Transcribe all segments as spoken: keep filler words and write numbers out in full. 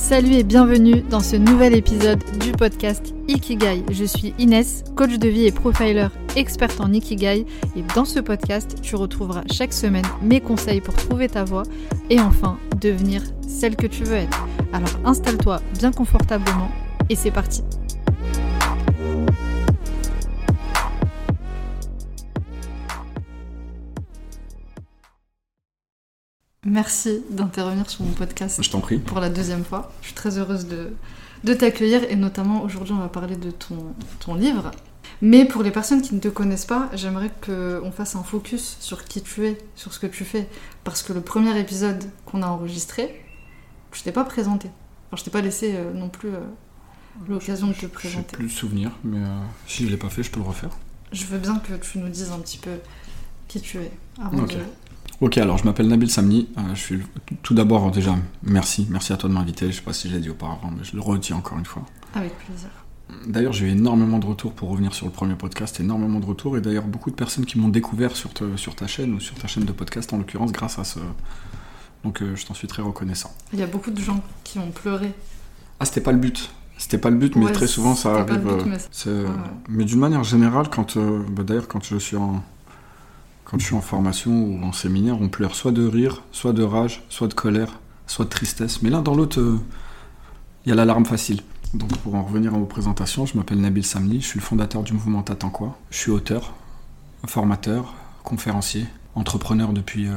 Salut et bienvenue dans ce nouvel épisode du podcast Ikigai. Je suis Inès, coach de vie et profiler experte en Ikigai, et dans ce podcast, tu retrouveras chaque semaine mes conseils pour trouver ta voie et enfin devenir celle que tu veux être. Alors installe-toi bien confortablement et c'est parti. Merci d'intervenir sur mon podcast. Je t'en prie. Pour la deuxième fois. Je suis très heureuse de, de t'accueillir et notamment aujourd'hui on va parler de ton, ton livre. Mais pour les personnes qui ne te connaissent pas, j'aimerais qu'on fasse un focus sur qui tu es, sur ce que tu fais. Parce que le premier épisode qu'on a enregistré, je t'ai pas présenté. Enfin, je t'ai pas laissé euh, non plus euh, l'occasion de te présenter. J'ai plus le souvenir, mais euh, si je l'ai pas fait, je peux le refaire. Je veux bien que tu nous dises un petit peu qui tu es avant okay. de... Ok, alors je m'appelle Nabil Samni, euh, je suis tout d'abord déjà, merci, merci à toi de m'inviter, je sais pas si je l'ai dit auparavant, mais je le redis encore une fois. Avec plaisir. D'ailleurs j'ai eu énormément de retours pour revenir sur le premier podcast, énormément de retours, et d'ailleurs beaucoup de personnes qui m'ont découvert sur, te, sur ta chaîne, ou sur ta chaîne de podcast en l'occurrence, grâce à ce... Donc euh, je t'en suis très reconnaissant. Il y a beaucoup de gens qui ont pleuré. Ah, c'était pas le but C'était pas le but, mais ouais, très souvent ça arrive... But, mais, c'est... Ouais, ouais. Mais d'une manière générale, quand, euh, bah, d'ailleurs quand je suis en... Quand je suis en formation ou en séminaire, on pleure soit de rire, soit de rage, soit de colère, soit de tristesse. Mais l'un dans l'autre, il euh, y a la larme facile. Donc pour en revenir à vos présentations, je m'appelle Nabil Samni, je suis le fondateur du mouvement T'attends quoi. Je suis auteur, formateur, conférencier, entrepreneur depuis, euh,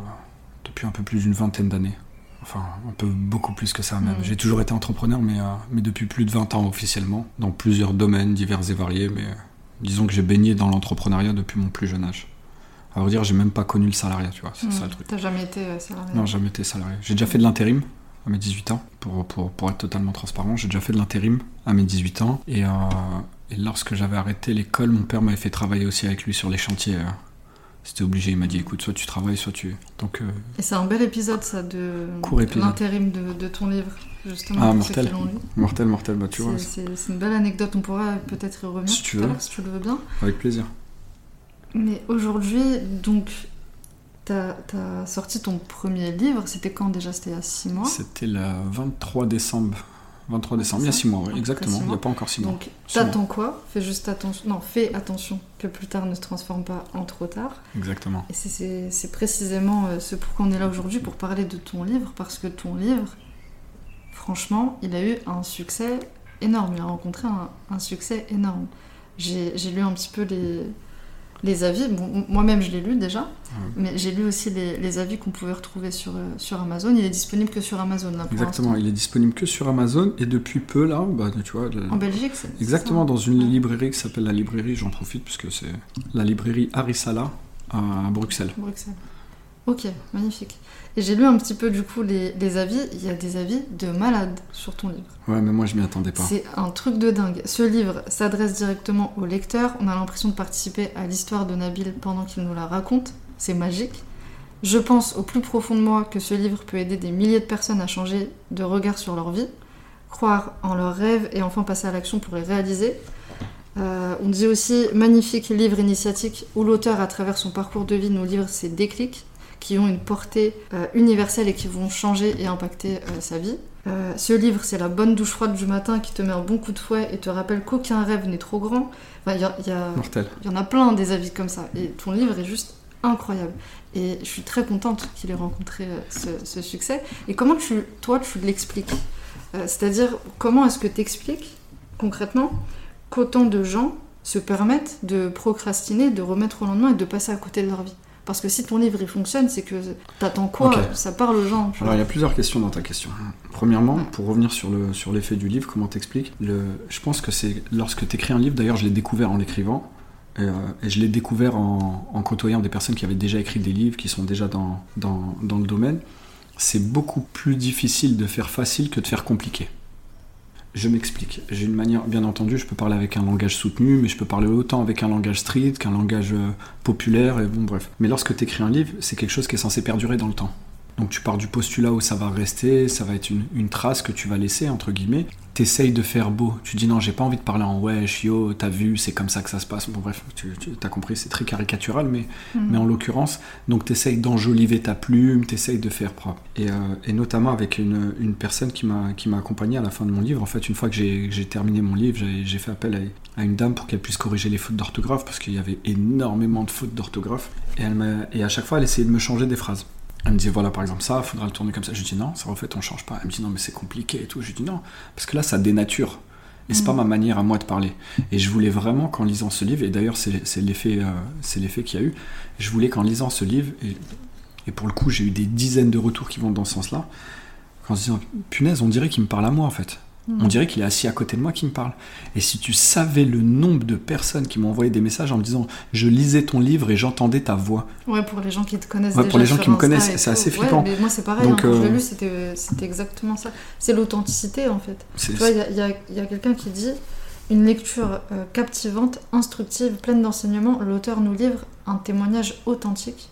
depuis un peu plus d'une vingtaine d'années. Enfin, un peu beaucoup plus que ça même. Mmh. J'ai toujours été entrepreneur, mais, euh, mais depuis plus de vingt ans officiellement, dans plusieurs domaines divers et variés. Mais euh, disons que j'ai baigné dans l'entrepreneuriat depuis mon plus jeune âge. À vrai dire, j'ai même pas connu le salariat, tu vois, c'est mmh, ça le truc. T'as jamais été euh, salarié ? Non, jamais été salarié. J'ai déjà fait de l'intérim à mes dix-huit ans, pour, pour, pour être totalement transparent. J'ai déjà fait de l'intérim à mes dix-huit ans. Et, euh, et lorsque j'avais arrêté l'école, mon père m'avait fait travailler aussi avec lui sur les chantiers. Euh, c'était obligé, il m'a dit, écoute, soit tu travailles, soit tu... Donc, euh, et c'est un bel épisode, ça, de, court de épisode. l'intérim de, de ton livre, justement. Ah, mortel. Mortel, mortel, bah tu c'est, vois. C'est, c'est une belle anecdote, on pourra peut-être y revenir si tu tout veux. à l'heure, si tu le veux bien. Avec plaisir. Mais aujourd'hui, donc... T'as, t'as sorti ton premier livre, c'était quand déjà ? C'était il y a six mois ? C'était le vingt-trois décembre. vingt-trois décembre, il y a six mois, oui, exactement. Il n'y a pas encore six mois. Donc, t'attends quoi ? Fais juste attention. Non, fais attention que plus tard ne se transforme pas en trop tard. Exactement. Et c'est, c'est, c'est précisément ce pourquoi on est là aujourd'hui, pour parler de ton livre, parce que ton livre, franchement, il a eu un succès énorme. Il a rencontré un, un succès énorme. J'ai, j'ai lu un petit peu les... les avis, bon, moi-même je l'ai lu déjà, mmh. mais j'ai lu aussi les, les avis qu'on pouvait retrouver sur, euh, sur Amazon. Il est disponible que sur Amazon là pour Exactement, l'instant. Il est disponible que sur Amazon et depuis peu là, bah, tu vois... Le... En Belgique, c'est Exactement, ça. Dans une librairie qui s'appelle la librairie, j'en profite puisque c'est la librairie Harissala à Bruxelles. Bruxelles. Ok, magnifique. Et j'ai lu un petit peu du coup les, les avis, il y a des avis de malades sur ton livre. Ouais, mais moi je m'y attendais pas. C'est un truc de dingue. Ce livre s'adresse directement au lecteur, on a l'impression de participer à l'histoire de Nabil pendant qu'il nous la raconte, c'est magique. Je pense au plus profond de moi que ce livre peut aider des milliers de personnes à changer de regard sur leur vie, croire en leurs rêves et enfin passer à l'action pour les réaliser. Euh, on dit aussi magnifique livre initiatique où l'auteur à travers son parcours de vie nous livre ses déclics qui ont une portée euh, universelle et qui vont changer et impacter euh, sa vie. Euh, ce livre, c'est la bonne douche froide du matin qui te met un bon coup de fouet et te rappelle qu'aucun rêve n'est trop grand. Enfin, y a, y a, Mortel. Il y en a plein des avis comme ça. Et ton livre est juste incroyable. Et je suis très contente qu'il ait rencontré euh, ce, ce succès. Et comment tu, toi, tu l'expliques ? euh, C'est-à-dire, comment est-ce que tu expliques concrètement qu'autant de gens se permettent de procrastiner, de remettre au lendemain et de passer à côté de leur vie ? Parce que si ton livre il fonctionne, c'est que t'attends quoi ? Okay. Ça parle aux gens. Alors il y a plusieurs questions dans ta question. Premièrement, ouais. pour revenir sur, le, sur l'effet du livre, comment t'expliques ? le, Je pense que c'est lorsque t'écris un livre, d'ailleurs je l'ai découvert en l'écrivant, et, euh, et je l'ai découvert en, en côtoyant des personnes qui avaient déjà écrit des livres, qui sont déjà dans, dans, dans le domaine, c'est beaucoup plus difficile de faire facile que de faire compliqué. Je m'explique. J'ai une manière, bien entendu, je peux parler avec un langage soutenu, mais je peux parler autant avec un langage street qu'un langage euh, populaire, et bon, bref. Mais lorsque tu écris un livre, c'est quelque chose qui est censé perdurer dans le temps. Donc tu pars du postulat où ça va rester, ça va être une, une trace que tu vas laisser, entre guillemets. T'essayes de faire beau. Tu dis non, j'ai pas envie de parler en wesh, yo, t'as vu, c'est comme ça que ça se passe. Bon bref, tu, tu as compris, c'est très caricatural, mais, mmh. mais en l'occurrence, donc t'essayes d'enjoliver ta plume, t'essayes de faire propre. Et, euh, et notamment avec une, une personne qui m'a, qui m'a accompagné à la fin de mon livre. En fait, une fois que j'ai, j'ai terminé mon livre, j'ai, j'ai fait appel à, à une dame pour qu'elle puisse corriger les fautes d'orthographe, parce qu'il y avait énormément de fautes d'orthographe. Et, elle m'a, et à chaque fois, elle essayait de me changer des phrases. Elle me disait, voilà, par exemple, ça, il faudra le tourner comme ça. Je lui dis, non, ça, en fait, on change pas. Elle me dit, non, mais c'est compliqué et tout. Je lui dis, non, parce que là, ça dénature. Et c'est mmh. pas ma manière à moi de parler. Et je voulais vraiment qu'en lisant ce livre, et d'ailleurs, c'est, c'est, l'effet, euh, c'est l'effet qu'il y a eu, je voulais qu'en lisant ce livre, et, et pour le coup, j'ai eu des dizaines de retours qui vont dans ce sens-là, qu'en se disant, punaise, on dirait qu'il me parle à moi, en fait. On dirait qu'il est assis à côté de moi qui me parle. Et si tu savais le nombre de personnes qui m'ont envoyé des messages en me disant « Je lisais ton livre et j'entendais ta voix ». Ouais, pour les gens qui te connaissent ouais, déjà pour les gens qui me connaissent, c'est tout. assez flippant. Ouais, mais moi, c'est pareil. Donc, hein, quand euh... je l'ai lu, c'était, c'était exactement ça. C'est l'authenticité, en fait. C'est... Tu vois, il y a, y a, y a quelqu'un qui dit « Une lecture euh, captivante, instructive, pleine d'enseignements. L'auteur nous livre un témoignage authentique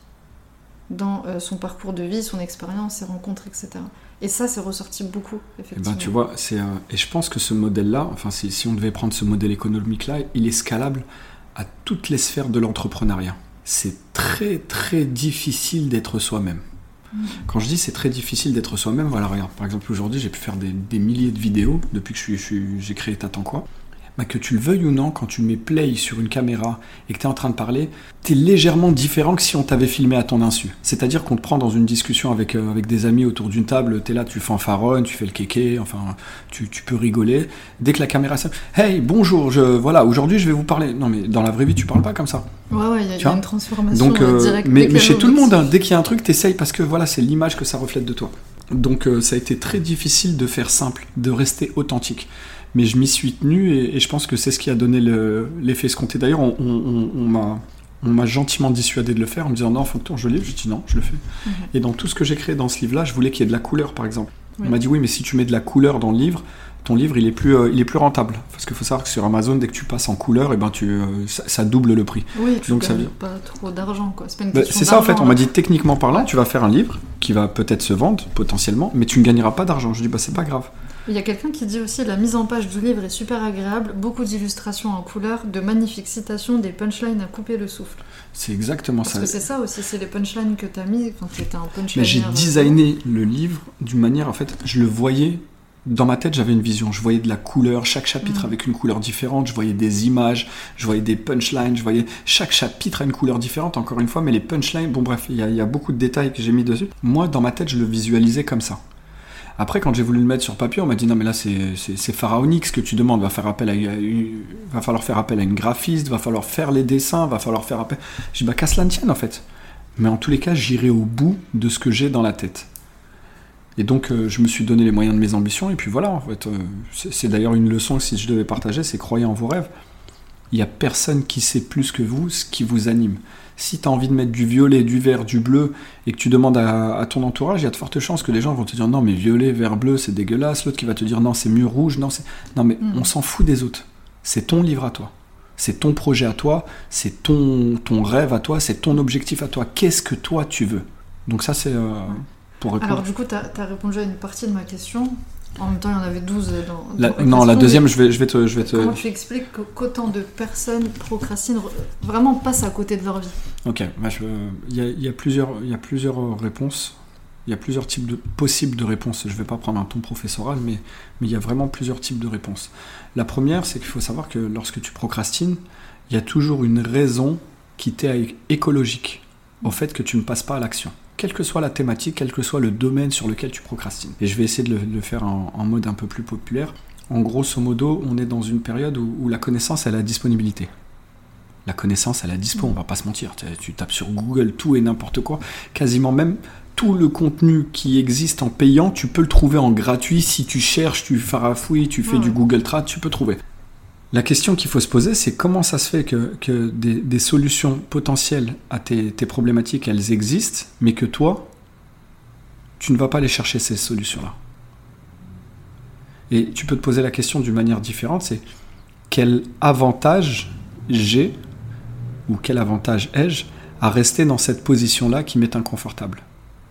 dans euh, son parcours de vie, son expérience, ses rencontres, et cetera » Et ça, c'est ressorti beaucoup, effectivement. Et ben, tu vois, c'est, euh, et je pense que ce modèle-là, enfin, si, si on devait prendre ce modèle économique-là, il est scalable à toutes les sphères de l'entrepreneuriat. C'est très, très difficile d'être soi-même. Mmh. Quand je dis c'est très difficile d'être soi-même, voilà, regarde, par exemple, aujourd'hui, j'ai pu faire des, des milliers de vidéos depuis que je suis, je suis, j'ai créé T'attends quoi. Bah, que tu le veuilles ou non, quand tu mets play sur une caméra et que tu es en train de parler, tu es légèrement différent que si on t'avait filmé à ton insu. C'est-à-dire qu'on te prend dans une discussion avec, euh, avec des amis autour d'une table, tu es là, tu fanfaronnes, tu fais le kéké, enfin, tu, tu peux rigoler. Dès que la caméra s'allume, hey, bonjour, je, voilà, aujourd'hui je vais vous parler. Non, mais dans la vraie vie, tu parles pas comme ça. Ouais, ouais, il y, y a une transformation Donc, euh, directe. Mais, mais chez tout le monde, hein, dès qu'il y a un truc, tu essayes parce que voilà, c'est l'image que ça reflète de toi. Donc, euh, ça a été très difficile de faire simple, de rester authentique. Mais je m'y suis tenu et, et je pense que c'est ce qui a donné le, l'effet escompté. D'ailleurs, on, on, on, m'a, on m'a gentiment dissuadé de le faire en me disant non, il faut que tu je le livre. Je dis non, je le fais. Mmh. Et dans tout ce que j'ai créé dans ce livre-là, je voulais qu'il y ait de la couleur, par exemple. Oui. On m'a dit oui, mais si tu mets de la couleur dans le livre, ton livre il est plus, euh, il est plus rentable. Parce qu'il faut savoir que sur Amazon, dès que tu passes en couleur, et ben tu, euh, ça, ça double le prix. Oui, tu Donc gagnes ça pas trop d'argent, quoi. C'est pas une bah, question c'est ça en fait. On hein. m'a dit techniquement parlant, tu vas faire un livre qui va peut-être se vendre potentiellement, mais tu ne gagneras pas d'argent. Je dis bah c'est pas grave. Il y a quelqu'un qui dit aussi la mise en page du livre est super agréable, beaucoup d'illustrations en couleur, de magnifiques citations, des punchlines à couper le souffle. C'est exactement Parce ça. Parce que c'est ça aussi, c'est les punchlines que tu as mis quand tu étais un punchliner. Mais j'ai designé le livre d'une manière, en fait, je le voyais, dans ma tête j'avais une vision, je voyais de la couleur, chaque chapitre mmh. avec une couleur différente, je voyais des images, je voyais des punchlines, je voyais chaque chapitre a une couleur différente, encore une fois, mais les punchlines, bon bref, il y, y a beaucoup de détails que j'ai mis dessus. Moi, dans ma tête, je le visualisais comme ça. Après, quand j'ai voulu le mettre sur papier, on m'a dit non, mais là, c'est, c'est, c'est pharaonique ce que tu demandes. Va, faire appel à une, va falloir faire appel à une graphiste, va falloir faire les dessins, va falloir faire appel. Je dis bah, qu'à cela ne tienne en fait. Mais en tous les cas, j'irai au bout de ce que j'ai dans la tête. Et donc, euh, je me suis donné les moyens de mes ambitions. Et puis voilà, en fait, euh, c'est, c'est d'ailleurs une leçon que si je devais partager, c'est croyez en vos rêves. Il n'y a personne qui sait plus que vous ce qui vous anime. Si tu as envie de mettre du violet, du vert, du bleu, et que tu demandes à, à ton entourage, il y a de fortes chances que les gens vont te dire non mais violet, vert, bleu, c'est dégueulasse. L'autre qui va te dire non c'est mieux rouge. Non, c'est... non mais mmh. on s'en fout des autres. C'est ton livre à toi. C'est ton projet à toi. C'est ton, ton rêve à toi. C'est ton objectif à toi. Qu'est-ce que toi tu veux ? Donc ça c'est euh, pour répondre. Alors du coup tu as répondu à une partie de ma question. En même temps, il y en avait douze dans, la, dans Non, la deuxième, je vais, je vais te... Je vais te... Comment tu expliques qu'autant de personnes procrastinent, vraiment passent à côté de leur vie ? Ok, bah je, il, y a, il, y a plusieurs, il y a plusieurs réponses. Il y a plusieurs types de, possibles de réponses. Je ne vais pas prendre un ton professoral, mais, mais il y a vraiment plusieurs types de réponses. La première, c'est qu'il faut savoir que lorsque tu procrastines, il y a toujours une raison qui t'est écologique au fait que tu ne passes pas à l'action. Quelle que soit la thématique, quel que soit le domaine sur lequel tu procrastines. Et je vais essayer de le, de le faire en, en mode un peu plus populaire. En grosso modo, on est dans une période où, où la connaissance, elle a la disponibilité. La connaissance, elle a dispo, on va pas se mentir. Tu, tu tapes sur Google tout et n'importe quoi. Quasiment même tout le contenu qui existe en payant, tu peux le trouver en gratuit. Si tu cherches, tu farafouilles, tu fais ouais. du Google Trad, tu peux trouver. La question qu'il faut se poser, c'est comment ça se fait que, que des, des solutions potentielles à tes, tes problématiques, elles existent, mais que toi, tu ne vas pas aller chercher ces solutions-là. Et tu peux te poser la question d'une manière différente, c'est quel avantage j'ai, ou quel avantage ai-je, à rester dans cette position-là qui m'est inconfortable ?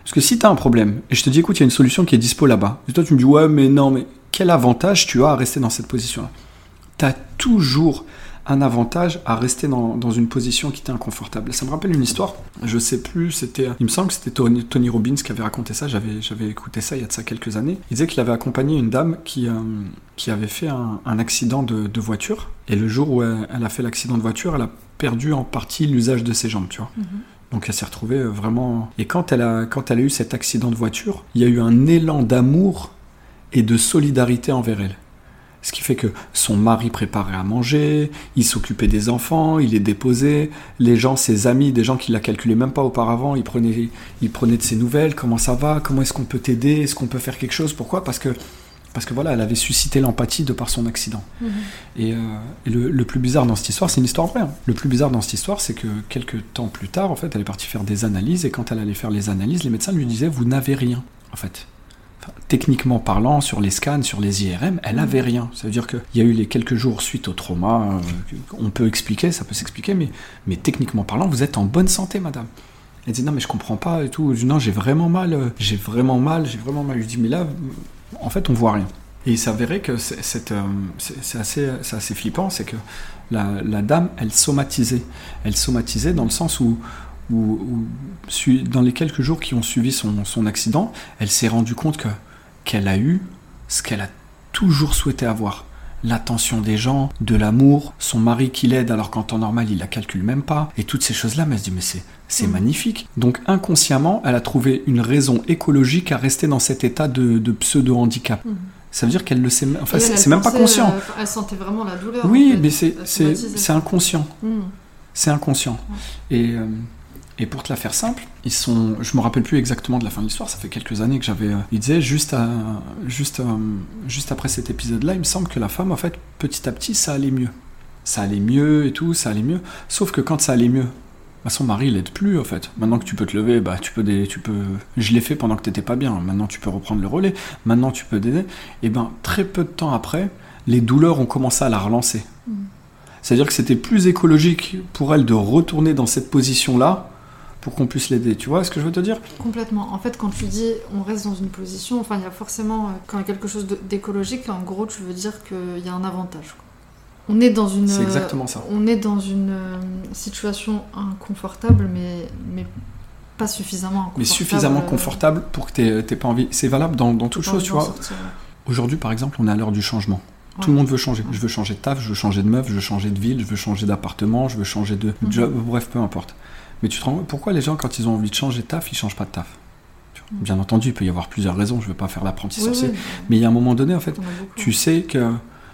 Parce que si t'as un problème, et je te dis, écoute, il y a une solution qui est dispo là-bas, et toi tu me dis, ouais, mais non, mais quel avantage tu as à rester dans cette position-là? T'as toujours un avantage à rester dans, dans une position qui t'est inconfortable. Ça me rappelle une histoire, je sais plus, c'était, il me semble que c'était Tony, Tony Robbins qui avait raconté ça, j'avais, j'avais écouté ça il y a de ça quelques années. Il disait qu'il avait accompagné une dame qui, euh, qui avait fait un, un accident de, de voiture, et le jour où elle, elle a fait l'accident de voiture, elle a perdu en partie l'usage de ses jambes, tu vois. Mm-hmm. Donc elle s'est retrouvée vraiment... Et quand elle, a, quand elle a eu cet accident de voiture, il y a eu un élan d'amour et de solidarité envers elle. Ce qui fait que son mari préparait à manger, il s'occupait des enfants, il les déposait, les gens, ses amis, des gens qui ne la calculaient même pas auparavant, ils prenaient, ils prenaient de ses nouvelles, comment ça va, comment est-ce qu'on peut t'aider, est-ce qu'on peut faire quelque chose, pourquoi ? Parce que, parce que voilà, elle avait suscité l'empathie de par son accident. Mmh. Et, euh, et le, le plus bizarre dans cette histoire, c'est une histoire vraie, hein. Le plus bizarre dans cette histoire, c'est que quelques temps plus tard, en fait, elle est partie faire des analyses, et quand elle allait faire les analyses, les médecins lui disaient « vous n'avez rien », en fait. Techniquement parlant, sur les scans, sur les I R M, elle avait rien. Ça veut dire qu'il y a eu les quelques jours suite au trauma, euh, on peut expliquer, ça peut s'expliquer, mais, mais techniquement parlant, vous êtes en bonne santé, madame. Elle dit non, mais je comprends pas et tout. Je dis non, j'ai vraiment mal, euh, j'ai vraiment mal, j'ai vraiment mal. Je dis mais là, en fait, on voit rien. Et il s'avérait que c'est, c'est, euh, c'est, c'est, assez, c'est assez flippant, c'est que la, la dame, elle somatisait. Elle somatisait dans le sens où Où, où, dans les quelques jours qui ont suivi son, son accident, elle s'est rendue compte que, qu'elle a eu ce qu'elle a toujours souhaité avoir. L'attention des gens, de l'amour, son mari qui l'aide alors qu'en temps normal il la calcule même pas, et toutes ces choses-là, mais elle se dit mais c'est, c'est mmh. magnifique. Donc inconsciemment, elle a trouvé une raison écologique à rester dans cet état de, de pseudo-handicap. Mmh. Ça veut dire qu'elle le sait, enfin, c'est, c'est même pas conscient. Euh, elle sentait vraiment la douleur. Oui, en fait. mais c'est, c'est, c'est inconscient. Mmh. C'est inconscient. Ouais. Et... Euh, Et pour te la faire simple, ils sont, je me rappelle plus exactement de la fin de l'histoire, ça fait quelques années que j'avais... Euh, il disait, juste, à, juste, euh, juste après cet épisode-là, il me semble que la femme, en fait, petit à petit, ça allait mieux. Ça allait mieux et tout, ça allait mieux. Sauf que quand ça allait mieux, bah, son mari, il l'aide plus, en fait. Maintenant que tu peux te lever, bah, tu peux... Des, tu peux... Je l'ai fait pendant que t'étais pas bien, maintenant tu peux reprendre le relais, maintenant tu peux t'aider. Et ben très peu de temps après, les douleurs ont commencé à la relancer. Mmh. C'est-à-dire que c'était plus écologique pour elle de retourner dans cette position-là, pour qu'on puisse l'aider, tu vois ce que je veux te dire ? Complètement. En fait, quand tu dis on reste dans une position, enfin, il y a forcément, quand il y a quelque chose de, d'écologique, en gros, tu veux dire qu'il y a un avantage, quoi. On est dans une... C'est exactement ça. On est dans une euh, situation inconfortable, mais, mais pas suffisamment inconfortable. Mais suffisamment confortable pour que t'aies, t'aies pas envie... C'est valable dans, dans toute chose, tu vois. Sortir, ouais. Aujourd'hui, par exemple, on est à l'heure du changement. Ouais. Tout le monde veut changer. Ouais. Je veux changer de taf, je veux changer de meuf, je veux changer de ville, je veux changer d'appartement, je veux changer de mm-hmm. job, bref, peu importe. Mais tu te rends compte, pourquoi les gens, quand ils ont envie de changer de taf, ils changent pas de taf ? Bien entendu, il peut y avoir plusieurs raisons, je ne veux pas faire l'apprenti oui, sorcier, oui, mais il y a un moment donné, en fait, tu sais que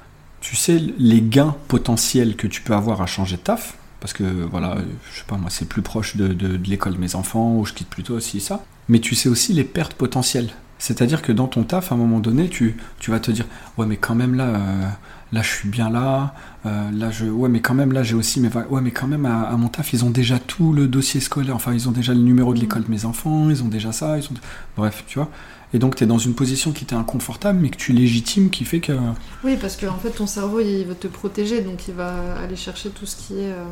tu sais les gains potentiels que tu peux avoir à changer de taf, parce que, voilà, je sais pas, moi, c'est plus proche de, de, de l'école de mes enfants, ou je quitte plutôt aussi ça, mais tu sais aussi les pertes potentielles. C'est-à-dire que dans ton taf, à un moment donné, tu, tu vas te dire, ouais, mais quand même, là... Euh, Là, je suis bien là. Euh, là, je... Ouais, mais quand même, là, j'ai aussi mes... Ouais, mais quand même, à, à mon taf, ils ont déjà tout le dossier scolaire. Enfin, ils ont déjà le numéro de l'école de mes enfants. Ils ont déjà ça. Ils ont... Bref, tu vois. Et donc, tu es dans une position qui t'est inconfortable, mais que tu légitimes, qui fait que... Oui, parce qu'en fait, ton cerveau, il veut te protéger. Donc, il va aller chercher tout ce qui est... Euh,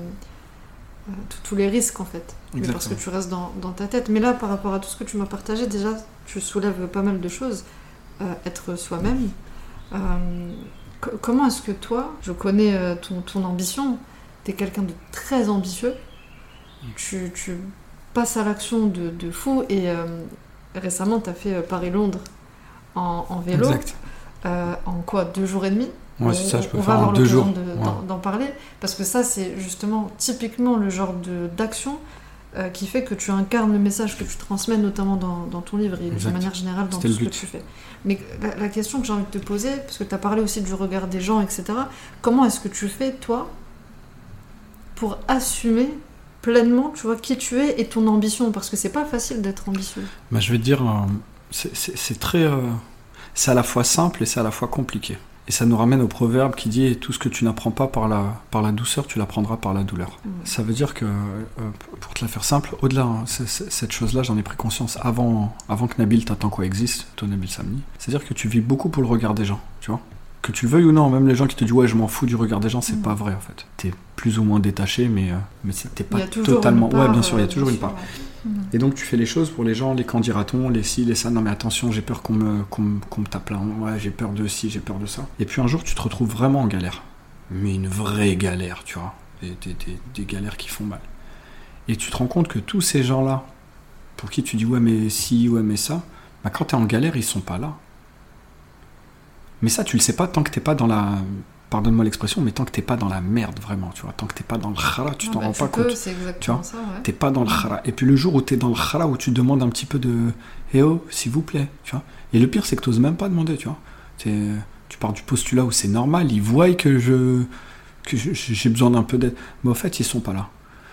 euh, tous les risques, en fait. Mais parce que tu restes dans, dans ta tête. Mais là, par rapport à tout ce que tu m'as partagé, déjà, tu soulèves pas mal de choses. Euh, être soi-même... Euh, Comment est-ce que toi, je connais euh, ton, ton ambition, t'es quelqu'un de très ambitieux, tu, tu passes à l'action de, de fou, et euh, récemment t'as fait euh, Paris-Londres en, en vélo, exact. Euh, en quoi, deux jours et demi ? Ouais, c'est ça, je peux on faire va avoir en deux jours. De, ouais. d'en, d'en parler, parce que ça c'est justement typiquement le genre de, d'action euh, qui fait que tu incarnes le message que tu transmets, notamment dans, dans ton livre et exact. De manière générale dans C'était tout ce que tu fais. Mais la, la question que j'ai envie de te poser, parce que tu as parlé aussi du regard des gens, et cetera, comment est-ce que tu fais, toi, pour assumer pleinement, tu vois, qui tu es et ton ambition ? Parce que c'est pas facile d'être ambitieux. Bah, je vais te dire, euh, c'est, c'est, c'est très... Euh, c'est à la fois simple et c'est à la fois compliqué. Et ça nous ramène au proverbe qui dit « Tout ce que tu n'apprends pas par la, par la douceur, tu l'apprendras par la douleur. Mmh. » Ça veut dire que, euh, pour te la faire simple, au-delà, hein, c'est, c'est, cette chose-là, j'en ai pris conscience avant, avant que Nabil t'attend quoi existe, toi Nabil Samni. C'est-à-dire que tu vis beaucoup pour le regard des gens, tu vois. Que tu le veuilles ou non, même les gens qui te disent « Ouais, je m'en fous du regard des gens », c'est mmh. pas vrai en fait. T'es plus ou moins détaché, mais, euh, mais t'es pas totalement... Part, ouais, bien sûr, il y a toujours une part. Ouais. Mmh. Et donc tu fais les choses pour les gens, les quand dira-t-on, les ci, les ça. Non mais attention, j'ai peur qu'on me, qu'on me, qu'on me tape là. Ouais, j'ai peur de ci, j'ai peur de ça. Et puis un jour, tu te retrouves vraiment en galère. Mais une vraie galère, tu vois. Des, des, des, des galères qui font mal. Et tu te rends compte que tous ces gens-là, pour qui tu dis ouais mais si, ouais mais ça, bah quand t'es en galère, ils sont pas là. Mais ça, tu le sais pas tant que t'es pas dans la... Pardonne-moi l'expression, mais tant que t'es pas dans la merde, vraiment, tu vois. Tant que t'es pas dans le khara, tu non, t'en bah, rends tu pas peux, compte. C'est exactement tu vois, ça, ouais. T'es pas dans le khara. Et puis le jour où t'es dans le khara, où tu demandes un petit peu de... Eh oh, s'il vous plaît, tu vois. Et le pire, c'est que t'oses même pas demander, tu vois. T'es... Tu pars du postulat où c'est normal, ils voient que je... que je... j'ai besoin d'un peu d'aide. Mais au fait, ils sont pas là.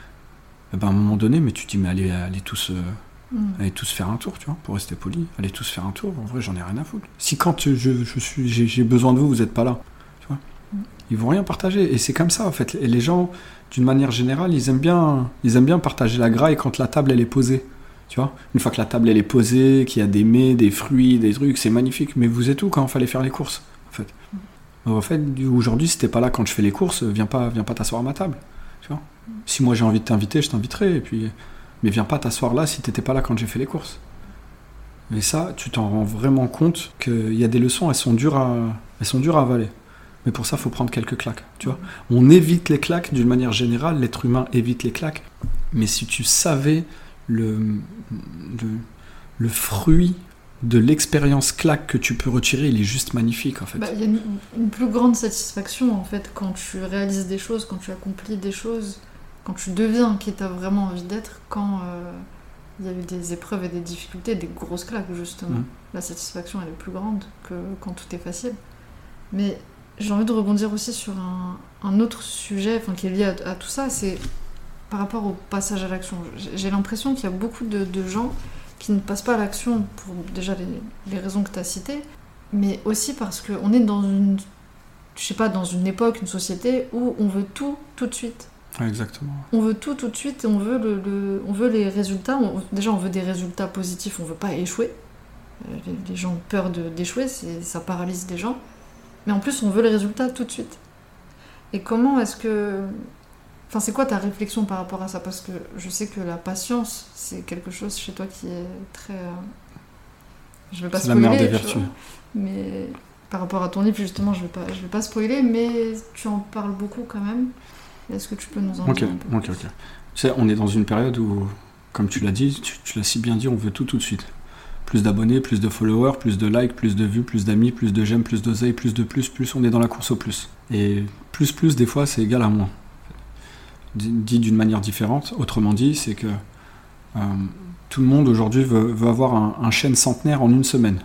Et ben, à un moment donné, mais tu te dis, mais allez, allez tous... Euh... Mm. Allez tous faire un tour, tu vois, pour rester poli. Allez tous faire un tour, en vrai, j'en ai rien à foutre. Si quand je, je suis, j'ai, j'ai besoin de vous, vous êtes pas là, tu vois. Mm. Ils vont rien partager. Et c'est comme ça, en fait. Et les gens, d'une manière générale, ils aiment bien, ils aiment bien partager la graille quand la table, elle est posée. Tu vois, une fois que la table, elle est posée, qu'il y a des mets, des fruits, des trucs, c'est magnifique. Mais vous êtes où quand il fallait faire les courses, en fait. Mm. En fait, aujourd'hui, si t'es pas là quand je fais les courses, viens pas, viens pas t'asseoir à ma table, tu vois. Mm. Si moi j'ai envie de t'inviter, je t'inviterai, et puis... Mais viens pas t'asseoir là si t'étais pas là quand j'ai fait les courses. Mais ça, tu t'en rends vraiment compte qu'il y a des leçons, elles sont dures à, elles sont dures à avaler. Mais pour ça, il faut prendre quelques claques, tu vois. On évite les claques d'une manière générale, l'être humain évite les claques. Mais si tu savais le, le, le fruit de l'expérience claque que tu peux retirer, il est juste magnifique, en fait. Bah, y a une, une plus grande satisfaction, en fait, quand tu réalises des choses, quand tu accomplis des choses... quand tu deviens qui t'as vraiment envie d'être, quand il euh, y a eu des épreuves et des difficultés, des grosses claques justement. Mmh. La satisfaction elle est plus grande que quand tout est facile. Mais j'ai envie de rebondir aussi sur un, un autre sujet qui est lié à, à tout ça, c'est par rapport au passage à l'action. J'ai, j'ai l'impression qu'il y a beaucoup de, de gens qui ne passent pas à l'action pour déjà les, les raisons que tu as citées, mais aussi parce qu'on est dans une, je sais pas, dans une époque, une société où on veut tout tout de suite. Exactement. On veut tout tout de suite, on veut, le, le, on veut les résultats. On, déjà, on veut des résultats positifs, on veut pas échouer. Les, les gens ont peur de, d'échouer, c'est, ça paralyse des gens. Mais en plus, on veut les résultats tout de suite. Et comment est-ce que... Enfin, c'est quoi ta réflexion par rapport à ça ? Parce que je sais que la patience, c'est quelque chose chez toi qui est très... Euh... Je vais pas c'est spoiler, la mère des vertus. Mais par rapport à ton livre, justement, je vais pas, je vais pas spoiler, mais tu en parles beaucoup quand même. Est-ce que tu peux nous en okay, dire un peu Ok, ok, ok. Tu sais, on est dans une période où, comme tu l'as dit, tu, tu l'as si bien dit, on veut tout tout de suite. Plus d'abonnés, plus de followers, plus de likes, plus de vues, plus d'amis, plus de j'aime, plus d'oseille, plus de plus, plus, on est dans la course au plus. Et plus, plus, des fois, c'est égal à moins. Dit d'une manière différente, autrement dit, c'est que euh, tout le monde aujourd'hui veut, veut avoir un, un chêne centenaire en une semaine.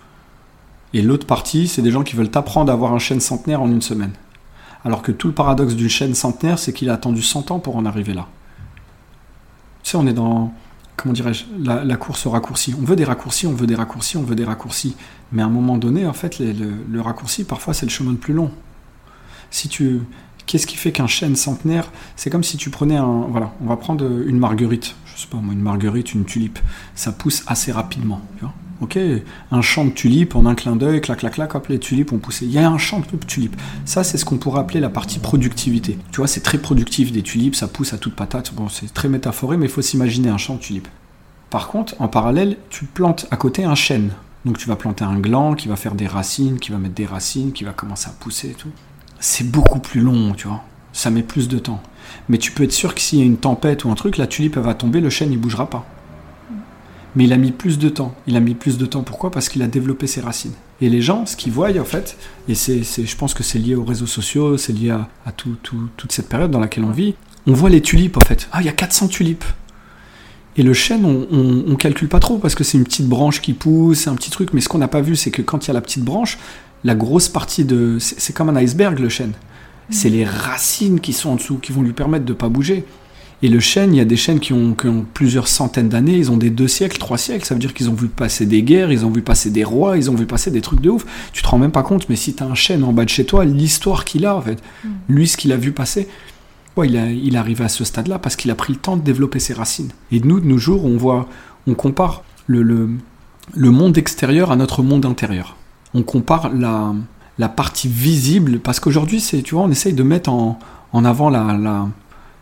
Et l'autre partie, c'est des gens qui veulent t'apprendre à avoir un chêne centenaire en une semaine. Alors que tout le paradoxe d'une chêne centenaire, c'est qu'il a attendu cent ans pour en arriver là. Tu sais, on est dans, comment dirais-je, la, la course au raccourci. On veut des raccourcis, on veut des raccourcis, on veut des raccourcis. Mais à un moment donné, en fait, les, le, le raccourci, parfois, c'est le chemin le plus long. Si tu... Qu'est-ce qui fait qu'un chêne centenaire, c'est comme si tu prenais un... Voilà, on va prendre une marguerite. Je sais pas moi, une marguerite, une tulipe. Ça pousse assez rapidement, tu vois. Ok, un champ de tulipes en un clin d'œil, clac, clac, clac, hop, les tulipes ont poussé. Il y a un champ de tulipes. Ça, c'est ce qu'on pourrait appeler la partie productivité. Tu vois, c'est très productif des tulipes, ça pousse à toute patate. Bon, c'est très métaphoré, mais il faut s'imaginer un champ de tulipes. Par contre, en parallèle, tu plantes à côté un chêne. Donc tu vas planter un gland qui va faire des racines, qui va mettre des racines, qui va commencer à pousser et tout. C'est beaucoup plus long, tu vois. Ça met plus de temps. Mais tu peux être sûr que s'il y a une tempête ou un truc, la tulipe, elle va tomber, le chêne, il bougera pas. Mais il a mis plus de temps. Il a mis plus de temps, pourquoi ? Parce qu'il a développé ses racines. Et les gens, ce qu'ils voient, en fait, et c'est, c'est, je pense que c'est lié aux réseaux sociaux, c'est lié à, à tout, tout, toute cette période dans laquelle on vit, on voit les tulipes, en fait. Ah, il y a quatre cents tulipes. Et le chêne, on, on, on calcule pas trop, parce que c'est une petite branche qui pousse, c'est un petit truc, mais ce qu'on n'a pas vu, c'est que quand il y a la petite branche, la grosse partie de... C'est, c'est comme un iceberg, le chêne. C'est les racines qui sont en dessous, qui vont lui permettre de ne pas bouger. Et le chêne, il y a des chênes qui ont, qui ont plusieurs centaines d'années, ils ont des deux siècles, trois siècles, ça veut dire qu'ils ont vu passer des guerres, ils ont vu passer des rois, ils ont vu passer des trucs de ouf. Tu te rends même pas compte, mais si tu as un chêne en bas de chez toi, l'histoire qu'il a, en fait, mmh. lui, ce qu'il a vu passer, ouais, il, a, il est arrivé à ce stade-là parce qu'il a pris le temps de développer ses racines. Et nous, de nos jours, on voit, on compare le, le, le monde extérieur à notre monde intérieur. On compare la, la partie visible, parce qu'aujourd'hui, c'est, tu vois, on essaye de mettre en, en avant la... la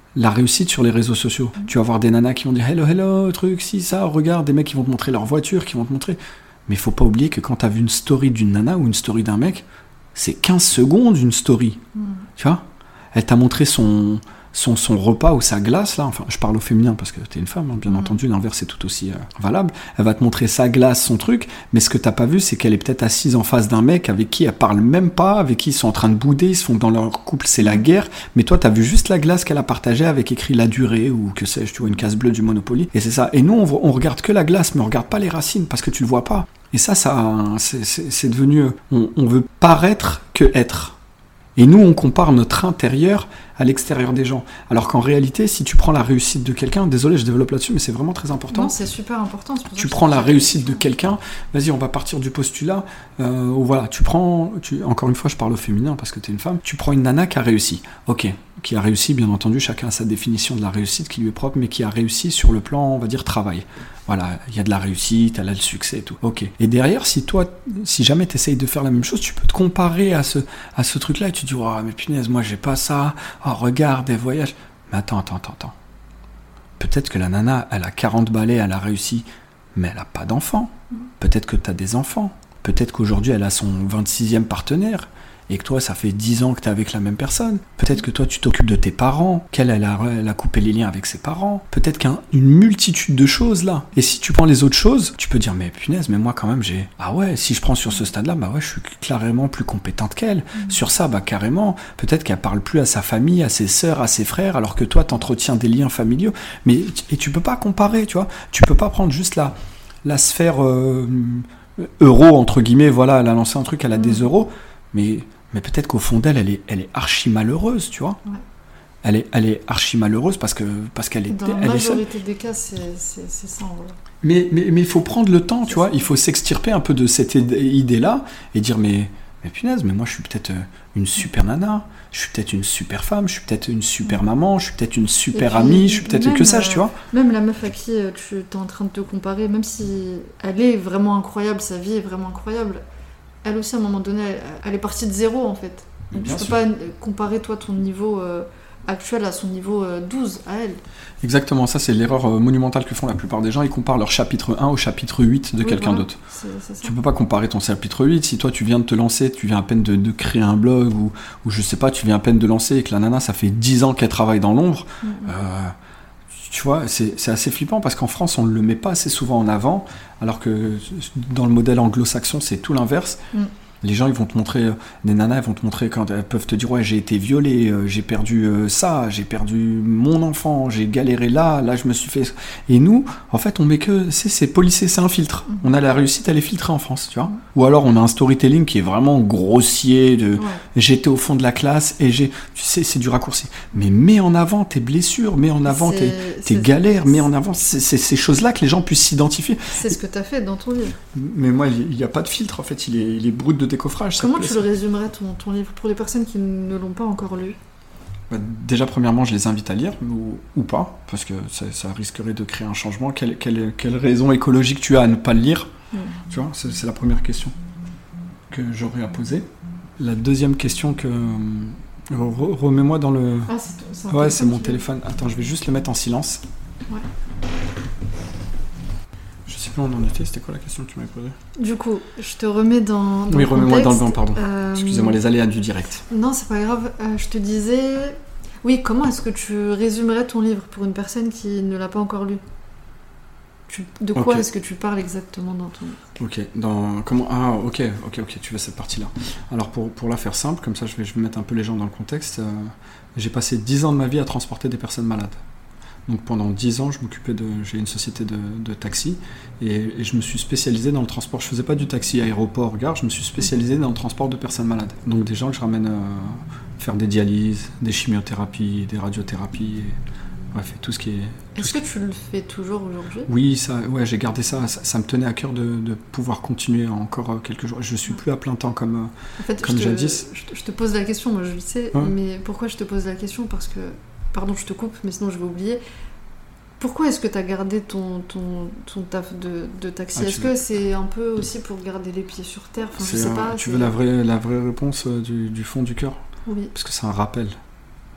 la réussite sur les réseaux sociaux. Mmh. Tu vas voir des nanas qui vont dire hello, hello, truc, si, ça, regarde, des mecs qui vont te montrer leur voiture, qui vont te montrer. Mais il faut pas oublier que quand tu as vu une story d'une nana ou une story d'un mec, c'est quinze secondes une story. Mmh. Tu vois ? Elle t'a montré son, son, son repas ou sa glace, là. Enfin, je parle au féminin parce que t'es une femme, hein, bien mmh. entendu. L'inverse est tout aussi euh, valable. Elle va te montrer sa glace, son truc. Mais ce que t'as pas vu, c'est qu'elle est peut-être assise en face d'un mec avec qui elle parle même pas, avec qui ils sont en train de bouder, ils se font dans leur couple, c'est la guerre. Mais toi, t'as vu juste la glace qu'elle a partagée avec écrit la durée ou que sais-je, tu vois, une case bleue du Monopoly. Et c'est ça. Et nous, on, on regarde que la glace, mais on regarde pas les racines parce que tu le vois pas. Et ça, ça c'est, c'est, c'est devenu... On, on veut paraître que être. Et nous, on compare notre intérieur à l'extérieur des gens. Alors qu'en réalité, si tu prends la réussite de quelqu'un, désolé, je développe là-dessus, mais c'est vraiment très important. Non, c'est super important. C'est tu prends la réussite de quelqu'un, vas-y, on va partir du postulat. Euh, voilà, tu prends, tu, encore une fois, je parle au féminin parce que t'es une femme. Tu prends une nana qui a réussi. Ok, qui a réussi, bien entendu, chacun a sa définition de la réussite qui lui est propre, mais qui a réussi sur le plan, on va dire, travail. Voilà, il y a de la réussite, elle a le succès et tout. Ok. Et derrière, si toi, si jamais tu essayes de faire la même chose, tu peux te comparer à ce, à ce truc-là et tu te dis, oh, mais punaise, moi j'ai pas ça. Oh, regarde, des voyages. Mais attends, attends, attends, attends. Peut-être que la nana, elle a quarante balais, elle a réussi, mais elle a pas d'enfants. Peut-être que tu as des enfants. Peut-être qu'aujourd'hui, elle a son vingt-sixième partenaire. Et que toi, ça fait dix ans que t'es avec la même personne. Peut-être que toi, tu t'occupes de tes parents, qu'elle, elle a, elle a coupé les liens avec ses parents. Peut-être qu'il y a une multitude de choses là. Et si tu prends les autres choses, tu peux dire, mais punaise, mais moi quand même, j'ai... Ah ouais, si je prends sur ce stade-là, bah ouais, je suis clairement plus compétente qu'elle. Mmh. Sur ça, bah carrément, peut-être qu'elle parle plus à sa famille, à ses sœurs, à ses frères, alors que toi, t'entretiens des liens familiaux. Mais, et tu peux pas comparer, tu vois. Tu peux pas prendre juste la, la sphère euh, euro, entre guillemets, voilà, elle a lancé un truc, elle a mmh. des euros, mais... Mais peut-être qu'au fond d'elle, elle est, elle est archi malheureuse, tu vois. Ouais. Elle est, elle est archi malheureuse parce que parce qu'elle est. Dans la elle majorité est des cas, c'est, c'est, c'est ça. En vrai. Mais mais mais il faut prendre le temps, c'est tu vois. Ça. Il faut s'extirper un peu de cette idée-là et dire mais mais punaise, mais moi je suis peut-être une super nana, je suis peut-être une super femme, je suis peut-être une super maman, je suis peut-être une super puis, amie, je suis peut-être même, que ça, tu vois. Même la meuf à qui tu es en train de te comparer, même si elle est vraiment incroyable, sa vie est vraiment incroyable. Elle aussi, à un moment donné, elle, elle est partie de zéro, en fait. Donc, tu ne peux pas comparer, toi, ton niveau euh, actuel à son niveau euh, douze, à elle. Exactement, ça, c'est l'erreur euh, monumentale que font la plupart des gens. Ils comparent leur chapitre un au chapitre huit de oui, quelqu'un voilà. d'autre. C'est, c'est tu ne peux pas comparer ton chapitre huit. Si toi, tu viens de te lancer, tu viens à peine de, de créer un blog, ou, ou je sais pas, tu viens à peine de lancer, et que la nana, ça fait dix ans qu'elle travaille dans l'ombre, mm-hmm. euh, tu vois, c'est, c'est assez flippant, parce qu'en France, on ne le met pas assez souvent en avant, alors que dans le modèle anglo-saxon, c'est tout l'inverse. Mm. Les gens, ils vont te montrer, euh, des nanas, elles vont te montrer quand elles peuvent te dire ouais, j'ai été violée, euh, j'ai perdu euh, ça, j'ai perdu mon enfant, j'ai galéré là, là je me suis fait. Et nous, en fait, on met que c'est, c'est policé, c'est un filtre. Mmh. On a la réussite, elle est filtrée en France, tu vois. Mmh. Ou alors on a un storytelling qui est vraiment grossier, de ouais. j'étais au fond de la classe et j'ai, tu sais, c'est du raccourci. Mais mets en avant tes blessures, mets en avant c'est, tes, tes galères, mets en avant c'est, c'est ces choses-là que les gens puissent s'identifier. C'est ce que tu as fait dans ton livre. Mais moi, il n'y a pas de filtre, en fait, il est, il est brut de décoffrage. Comment tu le résumerais ton, ton livre pour les personnes qui ne l'ont pas encore lu? Bah, déjà, premièrement, je les invite à lire, ou, ou pas, parce que ça, ça risquerait de créer un changement. Quelle, quelle, quelle raison écologique tu as à ne pas le lire? mmh. Tu vois, c'est, c'est la première question que j'aurais à poser. La deuxième question que... Re, remets-moi dans le... Ah, c'est, c'est ouais, c'est mon téléphone. Attends, je vais juste le mettre en silence. Ouais. Je sais plus où on en était, c'était quoi la question que tu m'avais posée? Du coup, je te remets dans, dans oui, le remets-moi contexte. dans le bain, pardon. Euh... Excusez-moi, les aléas du direct. Non, c'est pas grave. Euh, je te disais... Oui, comment est-ce que tu résumerais ton livre pour une personne qui ne l'a pas encore lu? tu... De quoi okay. est-ce que tu parles exactement dans ton livre? Ok, dans... Comment... Ah, ok, ok, ok, tu veux cette partie-là. Alors, pour, pour la faire simple, comme ça je vais, je vais mettre un peu les gens dans le contexte, euh, j'ai passé dix ans de ma vie à transporter des personnes malades. Donc pendant dix ans, je m'occupais de, j'ai une société de, de taxi et, et je me suis spécialisé dans le transport. Je faisais pas du taxi aéroport, gare, je me suis spécialisé dans le transport de personnes malades. Donc des gens que je ramène euh, faire des dialyses, des chimiothérapies, des radiothérapies, et, bref, et tout ce qui est... Tout Est-ce ce que tu le fais toujours aujourd'hui? Oui, ça, ouais, j'ai gardé ça, ça. Ça me tenait à cœur de, de pouvoir continuer encore quelques jours. Je suis plus à plein temps comme, en fait, comme je te, jadis. Je te pose la question, moi je le sais, ouais. mais pourquoi je te pose la question? Parce que... Pardon, je te coupe, mais sinon je vais oublier. Pourquoi est-ce que tu as gardé ton, ton, ton taf de, de taxi? ah, Est-ce veux... que c'est un peu aussi pour garder les pieds sur terre? Enfin, je sais pas, Tu c'est... veux la vraie, la vraie réponse du, du fond du cœur? Oui. Parce que c'est un rappel.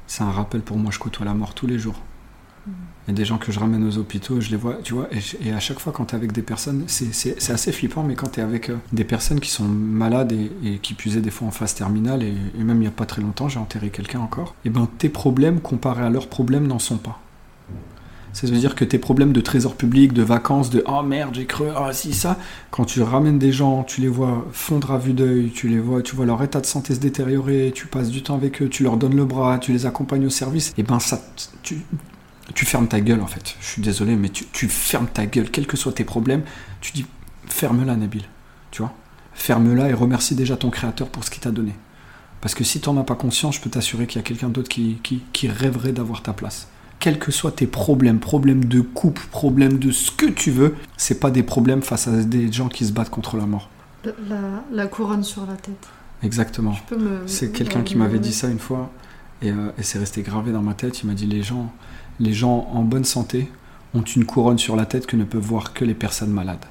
c'est un rappel pour moi, je côtoie la mort tous les jours. Mmh. Il y a des gens que je ramène aux hôpitaux, je les vois, tu vois, et, je, et à chaque fois quand tu es avec des personnes, c'est, c'est, c'est assez flippant, mais quand tu es avec euh, des personnes qui sont malades et, et qui puisaient des fois en phase terminale, et, et même il n'y a pas très longtemps, j'ai enterré quelqu'un encore, et ben tes problèmes comparés à leurs problèmes n'en sont pas. Ça veut dire que tes problèmes de trésor public, de vacances, de « oh merde, j'ai cru, ah oh, si, ça », quand tu ramènes des gens, tu les vois fondre à vue d'œil, tu les vois, tu vois leur état de santé se détériorer, tu passes du temps avec eux, tu leur donnes le bras, tu les accompagnes au service, et ben ça, tu, tu fermes ta gueule en fait. Je suis désolé, mais tu, tu fermes ta gueule, quels que soient tes problèmes, tu dis « ferme-la Nabil », tu vois, ferme-la et remercie déjà ton créateur pour ce qu'il t'a donné. Parce que si tu n'en as pas conscience, je peux t'assurer qu'il y a quelqu'un d'autre qui, qui, qui rêverait d'avoir ta place. Quels que soient tes problèmes, problèmes de couple, problèmes de ce que tu veux, c'est pas des problèmes face à des gens qui se battent contre la mort. La, la couronne sur la tête. Exactement. Je peux me, c'est quelqu'un me, qui m'avait me... dit ça une fois, et, euh, et c'est resté gravé dans ma tête. Il m'a dit les gens, les gens en bonne santé ont une couronne sur la tête que ne peuvent voir que les personnes malades.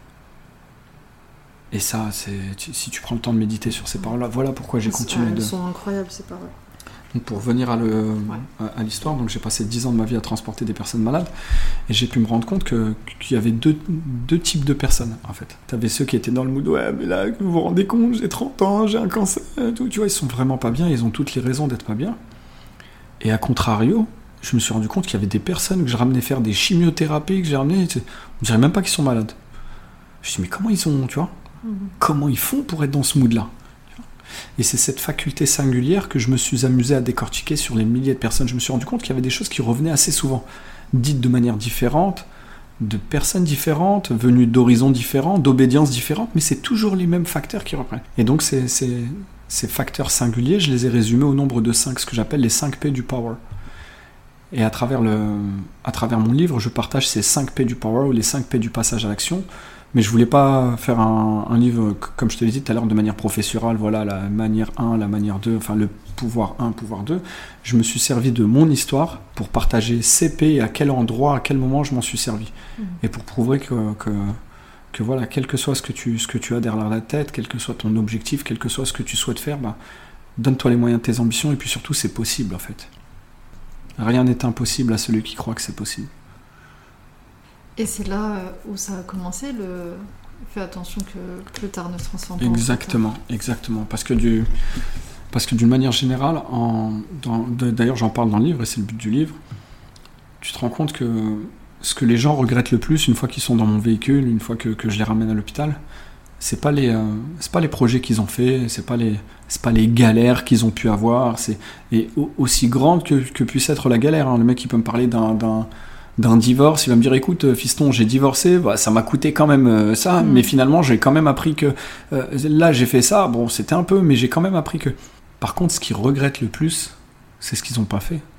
Et ça, c'est, si tu prends le temps de méditer sur ces paroles-là, voilà pourquoi j'ai continué elles de... Elles sont incroyables, ces paroles. Donc pour revenir à, le, ouais. à, à l'histoire, donc j'ai passé dix ans de ma vie à transporter des personnes malades et j'ai pu me rendre compte que, qu'il y avait deux, deux types de personnes en fait. Tu avais ceux qui étaient dans le mood, ouais mais là vous vous rendez compte, j'ai trente ans, j'ai un cancer, tout. Tu vois, ils sont vraiment pas bien, ils ont toutes les raisons d'être pas bien. Et à contrario, je me suis rendu compte qu'il y avait des personnes que je ramenais faire des chimiothérapies, que j'ai ramené, on dirait même pas qu'ils sont malades. Je me dis mais comment ils ont, tu vois, mmh. comment ils font pour être dans ce mood-là? Et c'est cette faculté singulière que je me suis amusé à décortiquer sur les milliers de personnes. Je me suis rendu compte qu'il y avait des choses qui revenaient assez souvent, dites de manière différente, de personnes différentes, venues d'horizons différents, d'obédiences différentes, mais c'est toujours les mêmes facteurs qui reprennent. Et donc ces, ces, ces facteurs singuliers, je les ai résumés au nombre de cinq, ce que j'appelle les cinq P du power. Et à travers, le, à travers mon livre, je partage ces cinq P du power, ou les cinq P du passage à l'action. Mais je voulais pas faire un, un livre, comme je te l'ai dit tout à l'heure, de manière professorale, voilà, la manière un, la manière deux, enfin le pouvoir un, pouvoir deux. Je me suis servi de mon histoire pour partager ces P et à quel endroit, à quel moment je m'en suis servi. Mmh. Et pour prouver que, que, que voilà, quel que soit ce que, tu, ce que tu as derrière la tête, quel que soit ton objectif, quel que soit ce que tu souhaites faire, bah, donne-toi les moyens de tes ambitions et puis surtout c'est possible en fait. Rien n'est impossible à celui qui croit que c'est possible. Et c'est là où ça a commencé, le... fais attention que, que le tard ne se transforme pas exactement, en tard. Exactement, parce que, du... parce que d'une manière générale, en... dans... d'ailleurs j'en parle dans le livre, et c'est le but du livre, tu te rends compte que ce que les gens regrettent le plus, une fois qu'ils sont dans mon véhicule, une fois que, que je les ramène à l'hôpital, c'est pas les, euh... c'est pas les projets qu'ils ont faits, c'est pas les, c'est pas les galères qu'ils ont pu avoir, c'est... et aussi grande que, que puisse être la galère, hein. Le mec il peut me parler d'un... d'un... d'un divorce, il va me dire écoute fiston j'ai divorcé, bah, ça m'a coûté quand même euh, ça, mmh. mais finalement j'ai quand même appris que euh, là j'ai fait ça, bon c'était un peu, mais j'ai quand même appris que... Par contre ce qu'ils regrettent le plus, c'est ce qu'ils n'ont pas fait.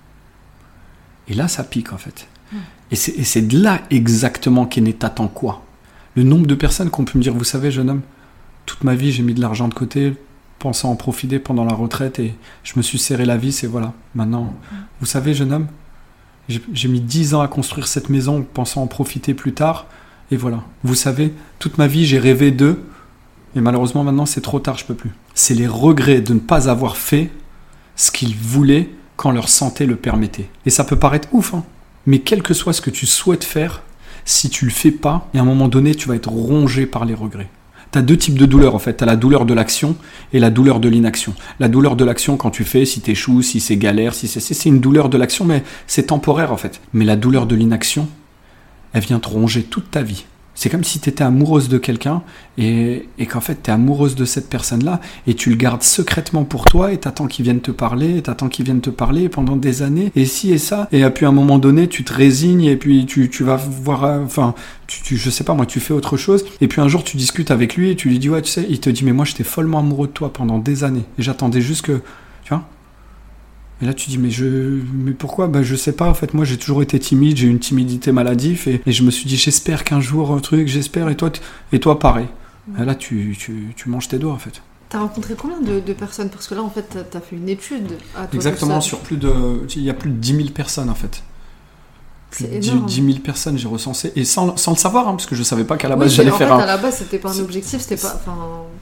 Et là ça pique en fait. Mmh. Et, c'est, et c'est de là exactement qu'est né t'attends quoi. Le nombre de personnes qui ont pu me dire vous savez jeune homme, toute ma vie j'ai mis de l'argent de côté, pensant en profiter pendant la retraite et je me suis serré la vis et voilà, maintenant, mmh. vous savez jeune homme, J'ai, j'ai mis dix ans à construire cette maison pensant en profiter plus tard. Et voilà. Vous savez, toute ma vie, j'ai rêvé d'eux. Et malheureusement, maintenant, c'est trop tard, je peux plus. C'est les regrets de ne pas avoir fait ce qu'ils voulaient quand leur santé le permettait. Et ça peut paraître ouf, hein. Mais quel que soit ce que tu souhaites faire, si tu le fais pas, et à un moment donné, tu vas être rongé par les regrets. T'as deux types de douleurs en fait, t'as la douleur de l'action et la douleur de l'inaction. La douleur de l'action quand tu fais, si t'échoues, si c'est galère, si c'est, c'est une douleur de l'action, mais c'est temporaire en fait. Mais la douleur de l'inaction, elle vient te ronger toute ta vie. C'est comme si t'étais amoureuse de quelqu'un et, et qu'en fait t'es amoureuse de cette personne-là et tu le gardes secrètement pour toi et t'attends qu'il vienne te parler, et t'attends qu'il vienne te parler pendant des années et ci et ça. Et puis à un moment donné, tu te résignes et puis tu, tu vas voir, enfin, tu, tu, je sais pas moi, tu fais autre chose. Et puis un jour tu discutes avec lui et tu lui dis ouais tu sais, il te dit mais moi j'étais follement amoureux de toi pendant des années et j'attendais juste que, tu vois. Et là, tu dis, mais, je, mais pourquoi ? Ben, je sais pas, en fait, moi, j'ai toujours été timide, j'ai une timidité maladive, et, et je me suis dit, j'espère qu'un jour, un truc, j'espère, et toi, et toi pareil. Ouais. Et là, tu, tu, tu manges tes doigts, en fait. T'as rencontré combien de, de personnes ? Parce que là, en fait, t'as, t'as fait une étude à toi. Exactement, sur plus de... Il y a plus de dix mille personnes, en fait. Plus c'est de énorme. dix mille personnes, j'ai recensé, et sans, sans le savoir, hein, parce que je savais pas qu'à la base, oui, j'allais en faire fait, un... à la base, c'était pas un objectif, c'était pas... Enfin...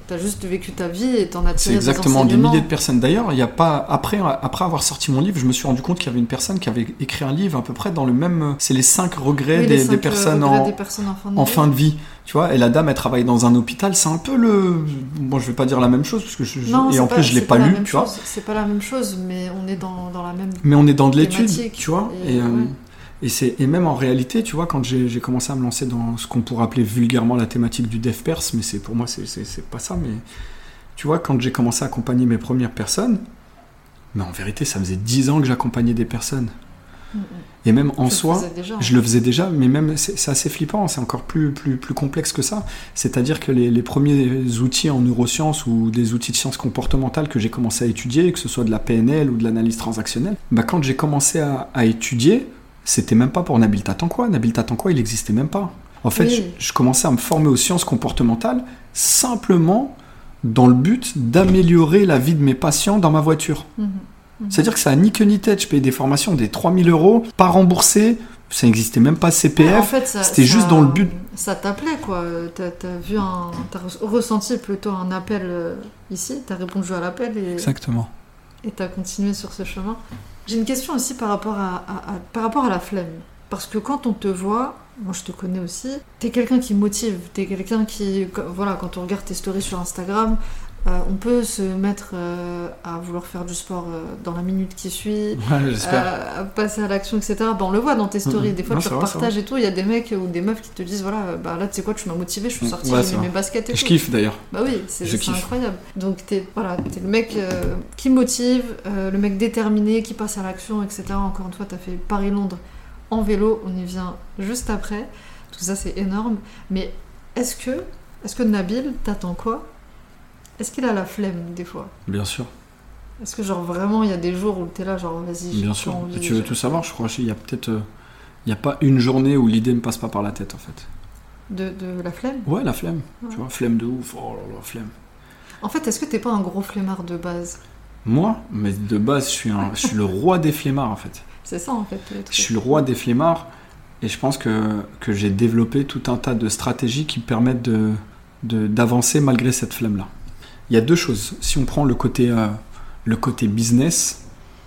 T'as juste vécu ta vie et t'en as tiré C'est des exactement des enseignements. milliers de personnes. D'ailleurs, il y a pas après après avoir sorti mon livre, je me suis rendu compte qu'il y avait une personne qui avait écrit un livre à peu près dans le même. C'est les cinq regrets Oui, des, les cinq, des euh, personnes regrets en, des personnes en fin de en vie. fin de vie. Tu vois, et la dame, elle travaille dans un hôpital. C'est un peu le. Bon, je vais pas dire la même chose parce que je. je- Non, et c'est en pas- plus, je l'ai c'est pas, la lu, même tu vois. chose. C'est pas la même chose, mais on est dans, dans la même. Mais on est dans de l'étude, Thématique. tu vois. Et, Et, euh, ouais. et, c'est, et même en réalité, tu vois, quand j'ai, j'ai commencé à me lancer dans ce qu'on pourrait appeler vulgairement la thématique du dev perse, mais c'est, pour moi, c'est, c'est, c'est pas ça. Mais tu vois, quand j'ai commencé à accompagner mes premières personnes, mais en vérité, ça faisait dix ans que j'accompagnais des personnes. Mm, mm. Et même en Tu le soi, faisais déjà, hein. je le faisais déjà, mais même c'est, c'est assez flippant, c'est encore plus, plus, plus complexe que ça. C'est-à-dire que les, les premiers outils en neurosciences ou des outils de sciences comportementales que j'ai commencé à étudier, que ce soit de la P N L ou de l'analyse transactionnelle, bah quand j'ai commencé à, à étudier, c'était même pas pour Nabil Tatankoua. Nabil Tatankoua, il n'existait même pas. En fait, Oui. je, je commençais à me former aux sciences comportementales simplement dans le but d'améliorer la vie de mes patients dans ma voiture. Mhm. Mhm. C'est-à-dire que ça a ni queue ni tête. Je payais des formations des trois mille euros, pas remboursées. Ça n'existait même pas C P F. Ouais, en fait, ça- C'était ça- juste dans le but. Ça t'appelait, quoi. T'as, t'as vu un, t'as re- ressenti plutôt un appel euh, ici. T'as répondu à l'appel et, Exactement. et t'as continué sur ce chemin. J'ai une question aussi par rapport à, à- à- par rapport à la flemme. Parce que quand on te voit, moi je te connais aussi, t'es quelqu'un qui motive. T'es quelqu'un qui, voilà, quand on regarde tes stories sur Instagram, euh, on peut se mettre euh, à vouloir faire du sport euh, dans la minute qui suit. Ouais, j'espère. Euh, passer à l'action, et cetera. Bah, on le voit dans tes stories. Mhm. Des fois, Non, tu c'est vrai, repartages et tout. Il y a des mecs ou des meufs qui te disent voilà, bah là, tu sais quoi, tu m'as motivé, je suis sortie, Ouais, j'ai c'est mis vrai. mes baskets et Je tout. kiffe d'ailleurs. Bah oui, c'est, Je c'est kiffe. incroyable. Donc, t'es, voilà, t'es le mec euh, qui motive, euh, le mec déterminé, qui passe à l'action, et cetera. Encore une fois, t'as fait Paris-Londres en vélo. On y vient juste après. Tout ça, c'est énorme. Mais est-ce que, est-ce que Nabil t'attend quoi? Est-ce qu'il a la flemme des fois? Bien sûr. Est-ce que genre vraiment il y a des jours où t'es là genre vas-y j'ai Bien pas sûr. envie, Tu veux j'ai- tout savoir, je crois. Il y a peut-être. euh, Il n'y a pas une journée où l'idée me passe pas par la tête en fait. de, de la flemme? Ouais, la flemme. Ouais. Tu vois, flemme de ouf. Oh là là, flemme. En fait, est-ce que t'es pas un gros flemmard de base? Moi, mais de base, je suis, un, je suis le roi des flemmards en fait. C'est ça en fait le truc. Je suis le roi des flemmards et je pense que, que j'ai développé tout un tas de stratégies qui permettent de, de- d'avancer malgré cette flemme-là. Il y a deux choses. Si on prend le côté, euh, le côté business,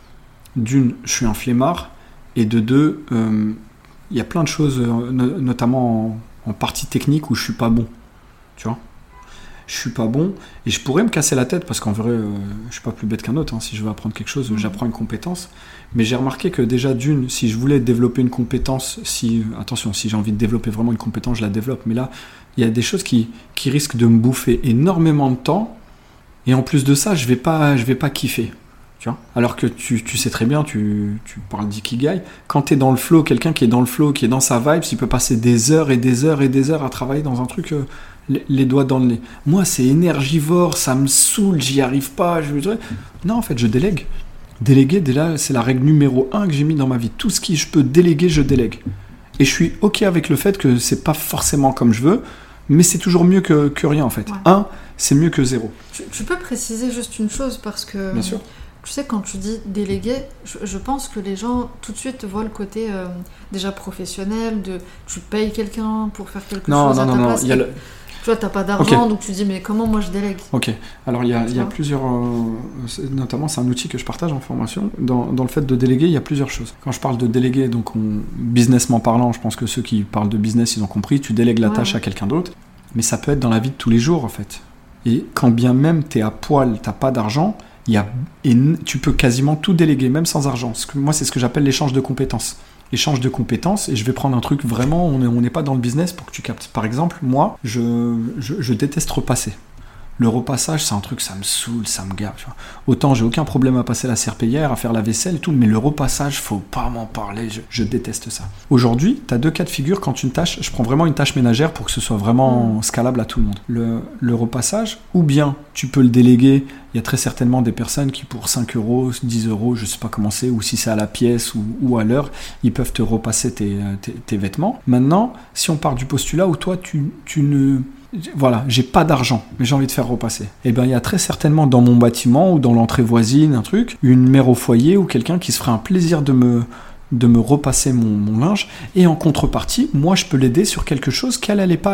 d'une, je suis un flemmard, et de deux, euh, il y a plein de choses, euh, no- notamment en, en partie technique, où je suis pas bon. Tu vois ? Je suis pas bon, et je pourrais me casser la tête, parce qu'en vrai, euh, je suis pas plus bête qu'un autre. Hein. Si je veux apprendre quelque chose, Mhm. j'apprends une compétence. Mais j'ai remarqué que déjà, d'une, si je voulais développer une compétence, si, attention, si j'ai envie de développer vraiment une compétence, je la développe. Mais là, il y a des choses qui, qui risquent de me bouffer énormément de temps. Et en plus de ça, je vais pas, je vais pas kiffer. Tu vois, alors que tu, tu sais très bien, tu, tu parles d'ikigai. Quand tu es dans le flow, quelqu'un qui est dans le flow, qui est dans sa vibe, il peut passer des heures et des heures et des heures à travailler dans un truc, euh, les, les doigts dans le nez. Moi, c'est énergivore, ça me saoule, j'y arrive pas. Je... Non, en fait, je délègue. Déléguer, dès là, c'est la règle numéro un que j'ai mis dans ma vie. Tout ce qui je peux déléguer, je délègue. Et je suis OK avec le fait que c'est pas forcément comme je veux, mais c'est toujours mieux que, que rien, en fait. Ouais. Un, c'est mieux que zéro. Tu, tu peux préciser juste une chose parce que Bien sûr. tu sais quand tu dis déléguer, je, je pense que les gens tout de suite voient le côté euh, déjà professionnel de tu payes quelqu'un pour faire quelque Non, chose non, à non, ta non. place. Il y a et le... Tu vois, t'as pas d'argent Ok. donc tu dis mais comment moi je délègue? Ok, alors il y a, Tu il y a vois. plusieurs, euh, c'est- notamment c'est un outil que je partage en formation. Dans, dans le fait de déléguer, il y a plusieurs choses. Quand je parle de déléguer, donc on, businessment parlant, je pense que ceux qui parlent de business, ils ont compris, tu délègues la Ouais, tâche ouais. à quelqu'un d'autre, mais ça peut être dans la vie de tous les jours en fait. Et quand bien même t'es à poil, t'as pas d'argent, il y a, et n- tu peux quasiment tout déléguer, même sans argent. Ce que- moi, c'est ce que j'appelle l'échange de compétences. Échange de compétences, et je vais prendre un truc vraiment, on n'est on n'est pas dans le business pour que tu captes. Par exemple, moi, je, je, je déteste repasser. Le repassage, c'est un truc, ça me saoule, ça me gave. Tu vois. Autant j'ai aucun problème à passer la serpillière, à faire la vaisselle et tout, mais le repassage, faut pas m'en parler, je, je déteste ça. Aujourd'hui, tu as deux cas de figure quand une tâche, je prends vraiment une tâche ménagère pour que ce soit vraiment Mm. scalable à tout le monde. Le, le repassage, ou bien tu peux le déléguer, il y a très certainement des personnes qui pour cinq euros, dix euros, je sais pas comment c'est, ou si c'est à la pièce ou, ou à l'heure, ils peuvent te repasser tes, tes, tes vêtements. Maintenant, si on part du postulat où toi, tu, tu ne... Voilà, j'ai pas d'argent, mais j'ai envie de faire repasser. Eh bien, il y a très certainement dans mon bâtiment ou dans l'entrée voisine, un truc, une mère au foyer ou quelqu'un qui se ferait un plaisir de me, de me repasser mon, mon linge. Et en contrepartie, moi, je peux l'aider sur quelque chose qu'elle, elle est pas à l'aise.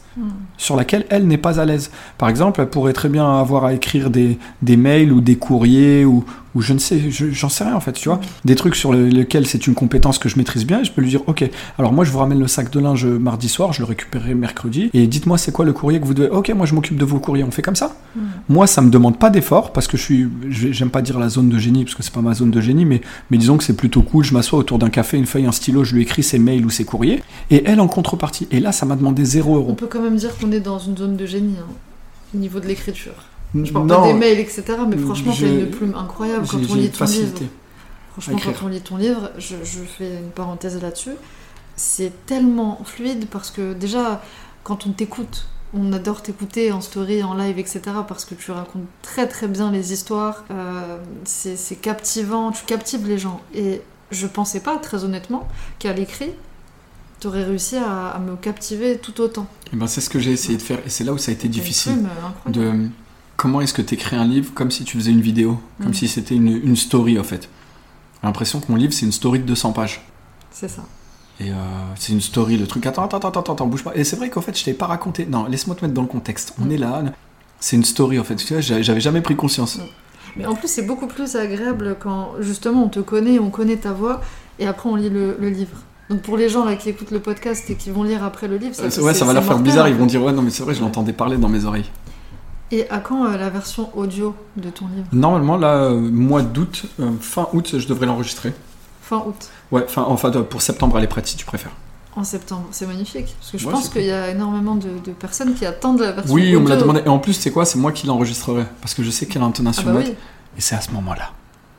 Mmh. Sur laquelle elle n'est pas à l'aise. Par exemple, elle pourrait très bien avoir à écrire des, des mails ou des courriers ou, ou je ne sais, je, j'en sais rien en fait, tu vois. Mmh. Des trucs sur le, lesquels c'est une compétence que je maîtrise bien et je peux lui dire, ok, alors moi je vous ramène le sac de linge mardi soir, je le récupérerai mercredi et dites-moi c'est quoi le courrier que vous devez... Ok, moi je m'occupe de vos courriers, on fait comme ça. Mmh. Moi ça me demande pas d'effort parce que je suis, j'aime pas dire la zone de génie parce que c'est pas ma zone de génie, mais, mais disons que c'est plutôt cool, je m'assois autour d'un café, une feuille, un stylo, je lui écris ses mails ou ses courriers et elle en contrepartie. Et là ça m'a demandé zéro euro. On peut quand même dire qu'on est dans une zone de génie hein, au niveau de l'écriture. Je parle pas des mails, et cetera. Mais franchement, t'as une plume incroyable quand on lit ton livre. Franchement, quand on lit ton livre, je, je fais une parenthèse là-dessus, c'est tellement fluide parce que déjà, quand on t'écoute, on adore t'écouter en story, en live, et cetera. Parce que tu racontes très très bien les histoires. Euh, c'est, c'est captivant, tu captives les gens. Et je pensais pas, très honnêtement, qu'à l'écrit, t'aurais réussi à, à me captiver tout autant. Et ben c'est ce que j'ai essayé de faire, et c'est là où ça a été difficile. De comment est-ce que t'écris un livre comme si tu faisais une vidéo, comme mmh. si c'était une, une story en fait. J'ai l'impression que mon livre c'est une story de deux cents pages. C'est ça. Et euh, c'est une story, le truc. Attends, attends, attends, attends, attends, bouge pas. Et c'est vrai qu'en fait je t'ai pas raconté. Non, laisse-moi te mettre dans le contexte. Mmh. On est là. C'est une story en fait. Tu vois, j'avais jamais pris conscience. Mmh. Mais en plus c'est beaucoup plus agréable quand justement on te connaît, on connaît ta voix, et après on lit le, le livre. Donc pour les gens là qui écoutent le podcast et qui vont lire après le livre, ça, ouais, c'est, ça c'est, va leur faire mortel, bizarre, ils vont dire ouais non mais c'est vrai, je l'entendais parler dans mes oreilles. Et à quand euh, la version audio de ton livre ? Normalement là, euh, mois d'août, euh, fin août, je devrais l'enregistrer. Fin août. Ouais, fin, enfin pour septembre elle est prête si tu préfères. En septembre, c'est magnifique. Parce que je ouais, pense qu'il cool. y a énormément de, de personnes qui attendent la version oui, audio. Oui, on me l'a demandé. Et en plus, c'est quoi ? C'est moi qui l'enregistrerai. Parce que je sais quelle intonation ah bah mettre. Oui. Et c'est à ce moment-là.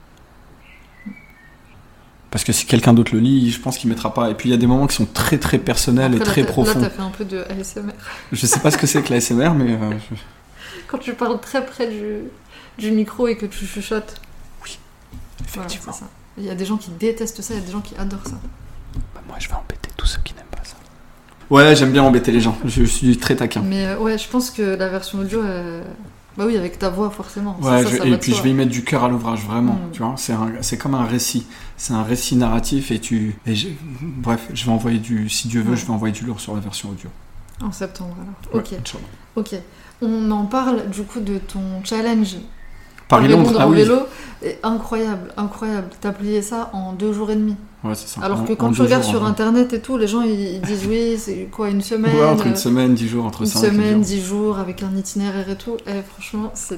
Parce que si quelqu'un d'autre le lit, je pense qu'il mettra pas. Et puis il y a des moments qui sont très très personnels. Après, et très là, profonds. Là, t'as fait un peu de A S M R. Je sais pas ce que c'est que l'A S M R, mais... Euh, je... Quand tu parles très près du, du micro et que tu chuchotes. Oui, effectivement. Voilà, c'est ça. Il y a des gens qui détestent ça, il y a des gens qui adorent ça. Bah, moi, je vais embêter tous ceux qui n'aiment pas ça. Ouais, j'aime bien embêter les gens. Je suis très taquin. Mais euh, ouais, je pense que la version audio... Euh... Bah oui, avec ta voix, forcément. Ouais, ça, je, ça, ça et va puis de je vais y mettre du cœur à l'ouvrage, vraiment. Mm. Tu vois, c'est, un, c'est comme un récit. C'est un récit narratif et tu... Et bref, je vais envoyer du... Si Dieu veut, ouais. je vais envoyer du lourd sur la version audio. En septembre, alors. Ouais, ok. Ok. On en parle, du coup, de ton challenge. Paris-Londres, ah en oui. vélo. Et incroyable, incroyable. T'as plié ça en deux jours et demi. Ouais, c'est ça. Alors en, que quand tu regardes sur internet et tout, les gens ils, ils disent oui, c'est quoi, une semaine Ouais, entre une semaine, dix jours, entre une cinq semaine, jours. dix jours, avec un itinéraire et tout. Et franchement, c'est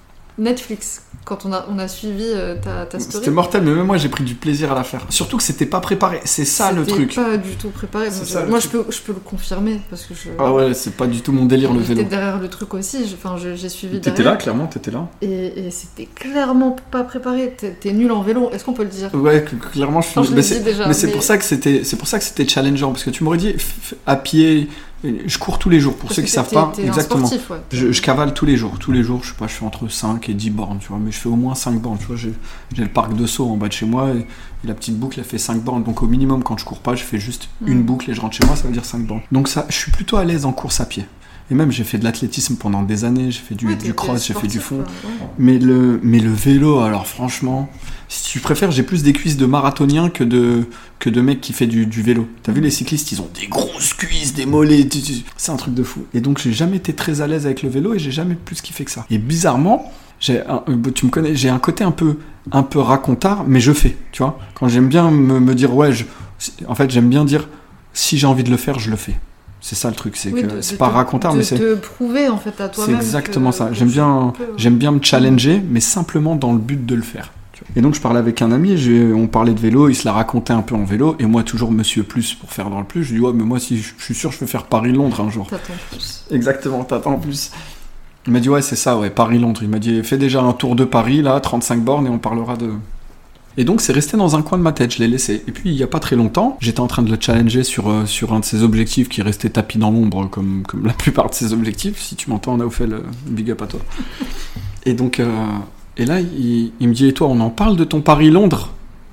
Netflix. Quand on a, on a suivi euh, ta, ta story. C'était mortel, mais même moi j'ai pris du plaisir à la faire. Surtout que c'était pas préparé, c'est ça c'était le truc. C'était pas du tout préparé. C'est moi, ça, je, moi je, peux, je peux le confirmer parce que je. Ah ouais, c'est pas du tout mon délire le vélo. J'étais derrière le truc aussi, je, enfin, je, j'ai suivi t'étais derrière. là, clairement, t'étais là. Et, et c'était clairement pas préparé. T'es, t'es nul en vélo, est-ce qu'on peut le dire ? Ouais, clairement je suis. Enfin, je mais, le c'est, dis déjà, mais c'est mais... pour ça que c'était, c'est pour ça que c'était challengeant parce que tu m'aurais dit à pied. Je cours tous les jours, pour parce ceux qui t'es, savent t'es, pas, t'es exactement. Un sportif, ouais. je, je cavale tous les jours, tous les jours, je sais pas, je fais entre cinq et dix bornes, tu vois, mais je fais au moins cinq bornes, tu vois, j'ai, j'ai le parc de Sceaux en bas de chez moi, et, et la petite boucle, elle fait cinq bornes, donc au minimum, quand je cours pas, je fais juste mmh. une boucle et je rentre chez moi, ça veut dire cinq bornes. Donc ça, je suis plutôt à l'aise en course à pied. Et même, j'ai fait de l'athlétisme pendant des années, j'ai fait du, ouais, du cross, j'ai fait du fond. Ouais. Mais, le, mais le vélo, alors franchement, si tu préfères, j'ai plus des cuisses de marathonien que de, que de mec qui fait du, du vélo. T'as vu, les cyclistes, ils ont des grosses cuisses, des mollets, c'est un truc de fou. Et donc, j'ai jamais été très à l'aise avec le vélo et j'ai jamais plus kiffé que ça. Et bizarrement, j'ai un, tu me connais, j'ai un côté un peu, un peu racontard, mais je fais, tu vois. Quand j'aime bien me, me dire, ouais, je, en fait, j'aime bien dire, si j'ai envie de le faire, je le fais. C'est ça le truc, c'est oui, que de, c'est de pas te, racontard, de mais c'est... De te prouver, en fait, à toi-même. C'est exactement que, ça. que J'aime bien, peux... j'aime bien me challenger, mais simplement dans le but de le faire. Et donc, je parlais avec un ami, j'ai, on parlait de vélo, il se la racontait un peu en vélo, et moi, toujours Monsieur Plus pour faire dans le plus. Je lui dis, ouais, mais moi, si je suis sûr, je vais faire Paris-Londres un jour. T'attends plus. Exactement, t'attends plus. Il m'a dit, ouais, c'est ça, ouais, Paris-Londres. Il m'a dit, fais déjà un tour de Paris, là, trente-cinq bornes, et on parlera de... Et donc, c'est resté dans un coin de ma tête, je l'ai laissé. Et puis, il y a pas très longtemps, j'étais en train de le challenger sur, euh, sur un de ses objectifs qui restait tapis dans l'ombre, comme, comme la plupart de ses objectifs. Si tu m'entends, Naoufel, euh, big up à toi. Et donc, euh, et là, il, il me dit, et toi, on en parle de ton Paris-Londres ?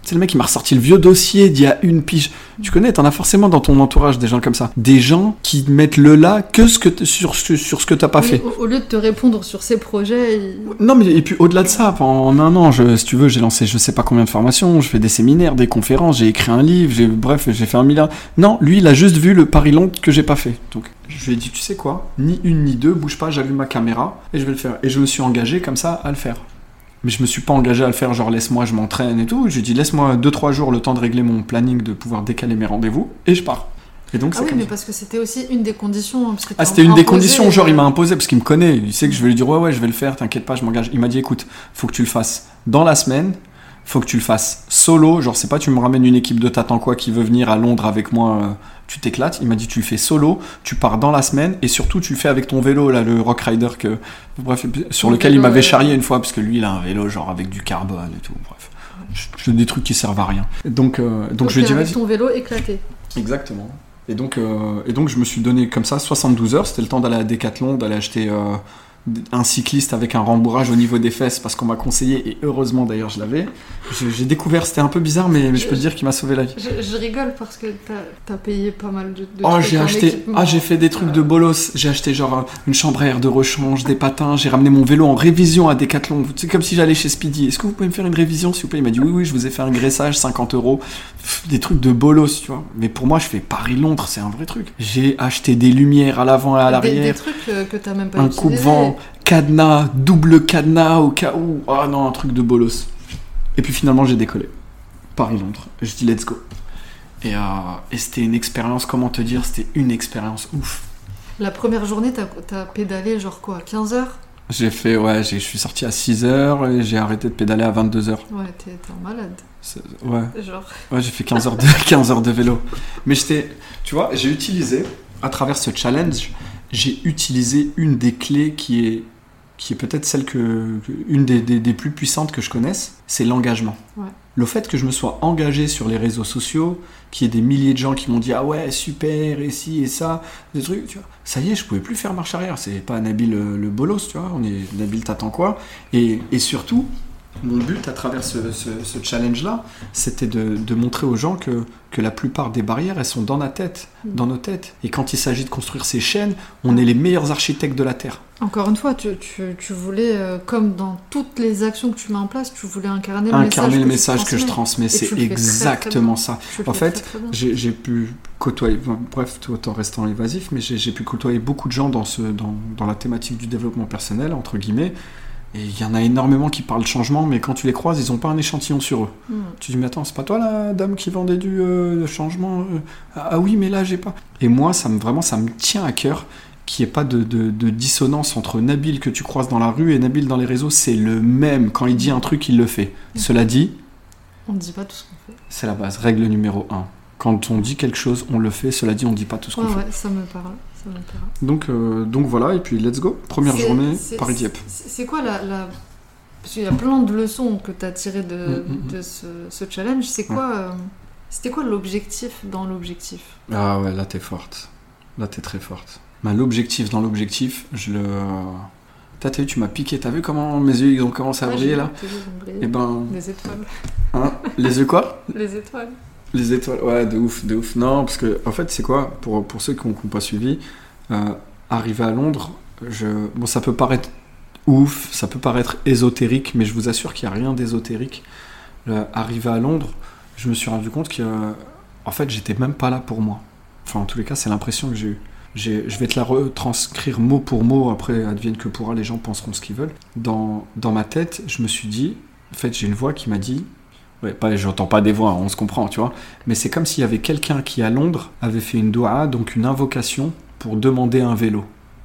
C'est le mec qui m'a ressorti le vieux dossier d'il y a une pige. Tu connais, t'en as forcément dans ton entourage des gens comme ça. Des gens qui mettent le là que ce que t- sur, sur, sur ce que t'as pas Oui, fait. Au, au lieu de te répondre sur ses projets, il... Non, mais et puis au-delà de ça, en un an, je, si tu veux, j'ai lancé je sais pas combien de formations, je fais des séminaires, des conférences, j'ai écrit un livre, j'ai, bref, j'ai fait un milliard. Non, lui, il a juste vu le Paris-Londres que j'ai pas fait. Donc, je lui ai dit, tu sais quoi, ni une ni deux, bouge pas, j'allume ma caméra et je vais le faire. Et je me suis engagé comme ça à le faire. Mais je me suis pas engagé à le faire, genre laisse-moi, je m'entraîne et tout. J'ai dit, laisse-moi deux trois jours le temps de régler mon planning, de pouvoir décaler mes rendez-vous et je pars. Et donc, Ah c'est oui, comme mais ça. parce que c'était aussi une des conditions. Parce que Ah, t'as c'était une des imposé, conditions, genre euh, il m'a imposé parce qu'il me connaît, il sait que je vais lui dire ouais ouais je vais le faire, t'inquiète pas, je m'engage. Il m'a dit écoute, faut que tu le fasses dans la semaine, faut que tu le fasses solo, genre c'est pas tu me ramènes une équipe de t'attends quoi qui veut venir à Londres avec moi, euh, tu t'éclates. Il m'a dit tu le fais solo, tu pars dans la semaine et surtout tu le fais avec ton vélo là, le Rock Rider que bref sur Ton lequel il vélo, m'avait ouais. charrié une fois parce que lui il a un vélo genre avec du carbone et tout, bref. Je, je, des trucs qui servent à rien. Donc euh, donc, Donc je lui ai dit avec vas-y. ton vélo éclaté. Exactement. Et donc, euh, et donc je me suis donné comme ça soixante-douze heures, c'était le temps d'aller à Decathlon, d'aller acheter euh, un cycliste avec un rembourrage au niveau des fesses parce qu'on m'a conseillé, et heureusement d'ailleurs je l'avais. J'ai, j'ai découvert, c'était un peu bizarre, mais, mais je peux te dire qu'il m'a sauvé la vie. Je, je rigole parce que t'as, t'as payé pas mal de, de Oh, trucs j'ai en acheté, équipement. ah, j'ai fait des trucs de bolos. J'ai acheté genre une chambre à air de rechange, des patins. J'ai ramené mon vélo en révision à Decathlon. C'est comme si j'allais chez Speedy. Est-ce que vous pouvez me faire une révision, s'il vous plaît? Il m'a dit oui, oui, je vous ai fait un graissage, cinquante euros. Des trucs de bolos, tu vois. Mais pour moi, je fais Paris-Londres, c'est un vrai truc. J'ai acheté des lumières à l'avant et à Des, l'arrière. des trucs euh, que t'as même pas Un utilisé. coupe-vent, cadenas, double cadenas au cas où. Ah non, un truc de bolos. Et puis finalement, j'ai décollé. Paris-Londres. Je dis let's go. Et, euh, et c'était une expérience, comment te dire, c'était une expérience ouf. La première journée, t'as, t'as pédalé genre quoi, quinze heures? J'ai fait, ouais, j'ai, je suis sorti à six heures et j'ai arrêté de pédaler à vingt-deux heures. Ouais, t'es, t'es un malade. C'est- ouais, Genre. ouais, j'ai fait quinze heures, de, quinze heures de vélo. Mais j'étais, tu vois, j'ai utilisé, à travers ce challenge, j'ai utilisé une des clés qui est, qui est peut-être celle que, que- une des, des, des plus puissantes que je connaisse, c'est l'engagement. Ouais. Le fait que je me sois engagé sur les réseaux sociaux, qu'il y ait des milliers de gens qui m'ont dit ah ouais super et ci et ça, des trucs, tu vois. Ça y est, je pouvais plus faire marche arrière. C'est pas Nabil le, le bolos, tu vois. On est Nabil t'attends quoi. Et, et surtout, mon but à travers ce, ce, ce challenge-là, c'était de, de montrer aux gens que, que la plupart des barrières, elles sont dans la tête, dans nos têtes. Et quand il s'agit de construire ces chaînes, on est les meilleurs architectes de la Terre. Encore une fois, tu, tu, tu voulais, euh, comme dans toutes les actions que tu mets en place, tu voulais incarner le Incarner message le que message tu que je transmets. transmets, Et c'est tu le fais très, très exactement bien. ça. Tu le En fais fait, très, très bien. j'ai, j'ai pu côtoyer, enfin, bref, tout en restant évasif, mais j'ai, j'ai pu côtoyer beaucoup de gens dans, ce, dans, dans la thématique du développement personnel, entre guillemets, et il y en a énormément qui parlent changement, mais quand tu les croises, ils n'ont pas un échantillon sur eux. Mm. Tu dis, mais attends, c'est pas toi la dame qui vendait du euh, changement euh ah, ah oui, mais là, j'ai pas. Et moi, ça me, vraiment, ça me tient à cœur qu'il n'y ait pas de, de, de dissonance entre Nabil que tu croises dans la rue et Nabil dans les réseaux. C'est le même. Quand il dit un truc, il le fait. Mm. Cela dit, On ne dit pas tout ce qu'on fait. c'est la base. Règle numéro un. Quand on dit quelque chose, on le fait. Cela dit, on ne dit pas tout ce qu'on Ouais, fait. ouais, ça me parle. Ça me parle. Donc, euh, donc voilà, et puis let's go. Première C'est- journée, c'est- Paris-Dieppe. C'est, c'est quoi la, la... Parce qu'il y a plein de leçons que tu as tirées de, Mm, mm, mm. de ce, ce challenge. C'est quoi, euh, c'était quoi l'objectif dans l'objectif? Ah ouais, là t'es forte. Là t'es très forte. Bah, l'objectif dans l'objectif, je le... T'as, t'as vu, tu m'as piqué. T'as vu comment mes yeux ils ont commencé à Ouais, briller j'ai là vu, tes yeux ont brillé. Eh ben... Les étoiles. Hein, les yeux quoi? Les étoiles. Les étoiles, ouais, de ouf, de ouf. Non, parce que, en fait, c'est quoi, pour, pour ceux qui n'ont pas suivi, euh, arriver à Londres, je... bon, ça peut paraître ouf, ça peut paraître ésotérique, mais je vous assure qu'il n'y a rien d'ésotérique. Euh, arriver à Londres, je me suis rendu compte que, euh, en fait, j'étais même pas là pour moi. Enfin, en tous les cas, c'est l'impression que j'ai eue. J'ai, je vais te la retranscrire mot pour mot, après, advienne que pourra, les gens penseront ce qu'ils veulent. Dans, dans ma tête, je me suis dit, en fait, j'ai une voix qui m'a dit... Ouais, pas, j'entends pas des voix, on se comprend, tu vois. Mais c'est comme s'il y avait quelqu'un qui, à Londres, avait fait une doua, donc une invocation, pour demander un vélo.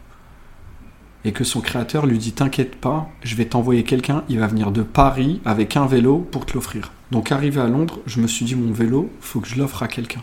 Et que son créateur lui dit, t'inquiète pas, je vais t'envoyer quelqu'un, il va venir de Paris avec un vélo pour te l'offrir. Donc arrivé à Londres, je me suis dit, mon vélo, faut que je l'offre à quelqu'un.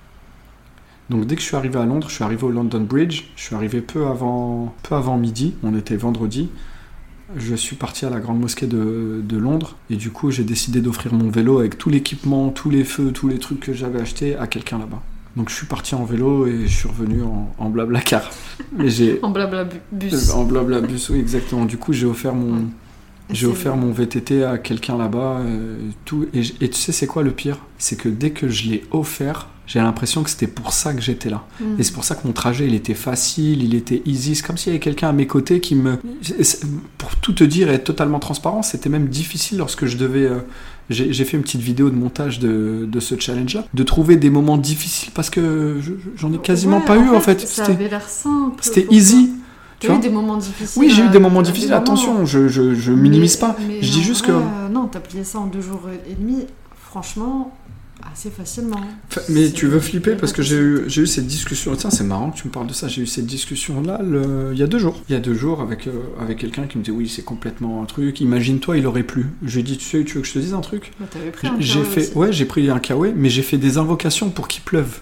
Donc dès que je suis arrivé à Londres, je suis arrivé au London Bridge, je suis arrivé peu avant, peu avant midi, on était vendredi. Je suis parti à la grande mosquée de, de Londres et du coup j'ai décidé d'offrir mon vélo avec tout l'équipement, tous les feux, tous les trucs que j'avais achetés à quelqu'un là-bas. Donc je suis parti en vélo et je suis revenu en, en blablacar. Et j'ai, En blabla bu- bus. en blablabus, oui exactement. Du coup j'ai offert mon, J'ai offert mon V T T à quelqu'un là-bas, euh, tout, et, et tu sais c'est quoi le pire ? C'est que dès que je l'ai offert, j'ai l'impression que c'était pour ça que j'étais là. Mmh. Et c'est pour ça que mon trajet, il était facile, il était easy. C'est comme s'il y avait quelqu'un à mes côtés qui me... Pour tout te dire et être totalement transparent, c'était même difficile lorsque je devais... Euh, j'ai, j'ai fait une petite vidéo de montage de, de ce challenge-là, de trouver des moments difficiles parce que je, j'en ai quasiment ouais, pas en eu fait, en fait. Ça c'était, avait l'air simple. C'était easy. Tu as eu des moments difficiles. Oui, j'ai eu des moments euh, difficiles, des attention, moments... je, je, je minimise mais, pas. Mais je dis juste vrai, que... Euh, non, t'as plié ça en deux jours et demi, franchement, assez facilement. Enfin, mais c'est... tu veux flipper parce que j'ai eu, j'ai eu cette discussion. Tiens, c'est marrant que tu me parles de ça. J'ai eu cette discussion-là le... il y a deux jours. Il y a deux jours avec, euh, avec quelqu'un qui me dit oui, c'est complètement un truc. Imagine-toi, il aurait plu. Je lui ai dit, tu sais, tu veux que je te dise un truc ? Bah, t'avais pris un j'ai fait, aussi. ouais, j'ai pris un kawaii, mais j'ai fait des invocations pour qu'il pleuve.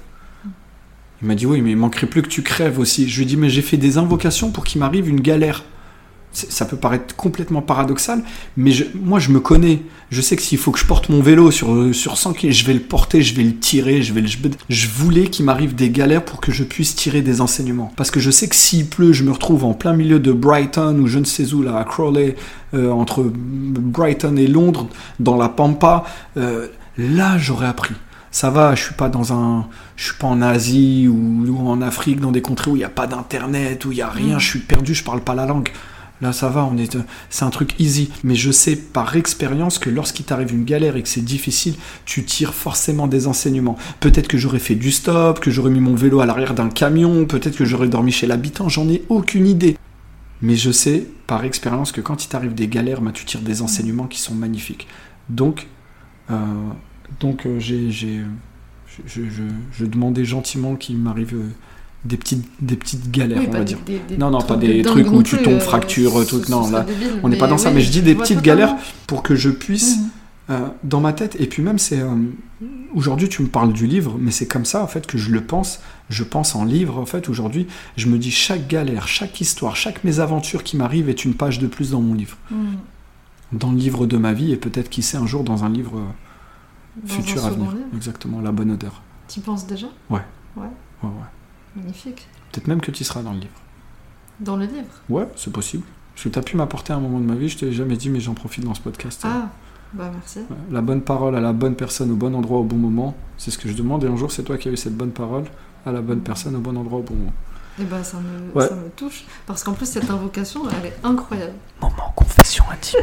Il m'a dit oui, mais il manquerait plus que tu crèves aussi. Je lui ai dit mais j'ai fait des invocations pour qu'il m'arrive une galère. C'est, ça peut paraître complètement paradoxal, mais je, moi je me connais. Je sais que s'il faut que je porte mon vélo sur, sur cent kilomètres, je vais le porter, je vais le tirer, je vais le... Je voulais qu'il m'arrive des galères pour que je puisse tirer des enseignements. Parce que je sais que s'il pleut, je me retrouve en plein milieu de Brighton ou je ne sais où, là, à Crawley, euh, entre Brighton et Londres, dans la Pampa, euh, là j'aurais appris. Ça va, je suis pas dans un, je suis pas en Asie ou, ou en Afrique, dans des contrées où il y a pas d'internet, où il y a rien, mmh. je suis perdu, je parle pas la langue. Là, ça va, on est, c'est un truc easy. Mais je sais par expérience que lorsqu'il t'arrive une galère et que c'est difficile, tu tires forcément des enseignements. Peut-être que j'aurais fait du stop, que j'aurais mis mon vélo à l'arrière d'un camion, peut-être que j'aurais dormi chez l'habitant, j'en ai aucune idée. Mais je sais par expérience que quand il t'arrive des galères, bah, tu tires des enseignements qui sont magnifiques. Donc, euh, donc euh, j'ai, j'ai, je, je, je demandais gentiment qu'il m'arrive... Euh, Des petites, des petites galères, oui, on va dire. Des, des, non, non, des pas des trucs où tu tombes, euh, fractures, trucs. Non, là, débile, on n'est pas dans oui, ça. Mais je dis des petites totalement. galères pour que je puisse, mmh. euh, dans ma tête. Et puis même, c'est euh, aujourd'hui, tu me parles du livre, mais c'est comme ça en fait que je le pense. Je pense en livre en fait. Aujourd'hui, je me dis chaque galère, chaque histoire, chaque mésaventure qui m'arrive est une page de plus dans mon livre, mmh. dans le livre de ma vie et peut-être qui sait un jour dans un livre euh, futur à venir. Livre. Exactement, La Bonne Odeur. Tu y penses déjà ? Ouais. Ouais. Ouais, ouais. Magnifique. Peut-être même que tu seras dans le livre. Dans le livre ? Ouais, c'est possible. Parce que tu as pu m'apporter un moment de ma vie, je te l'ai jamais dit, mais j'en profite dans ce podcast. Ah, bah merci. Ouais, la bonne parole à la bonne personne au bon endroit au bon moment, c'est ce que je demande. Et un jour, c'est toi qui as eu cette bonne parole à la bonne personne au bon endroit au bon moment. Et bah ça me, ouais. ça me touche. Parce qu'en plus, cette invocation, elle est incroyable. Moment confession intime.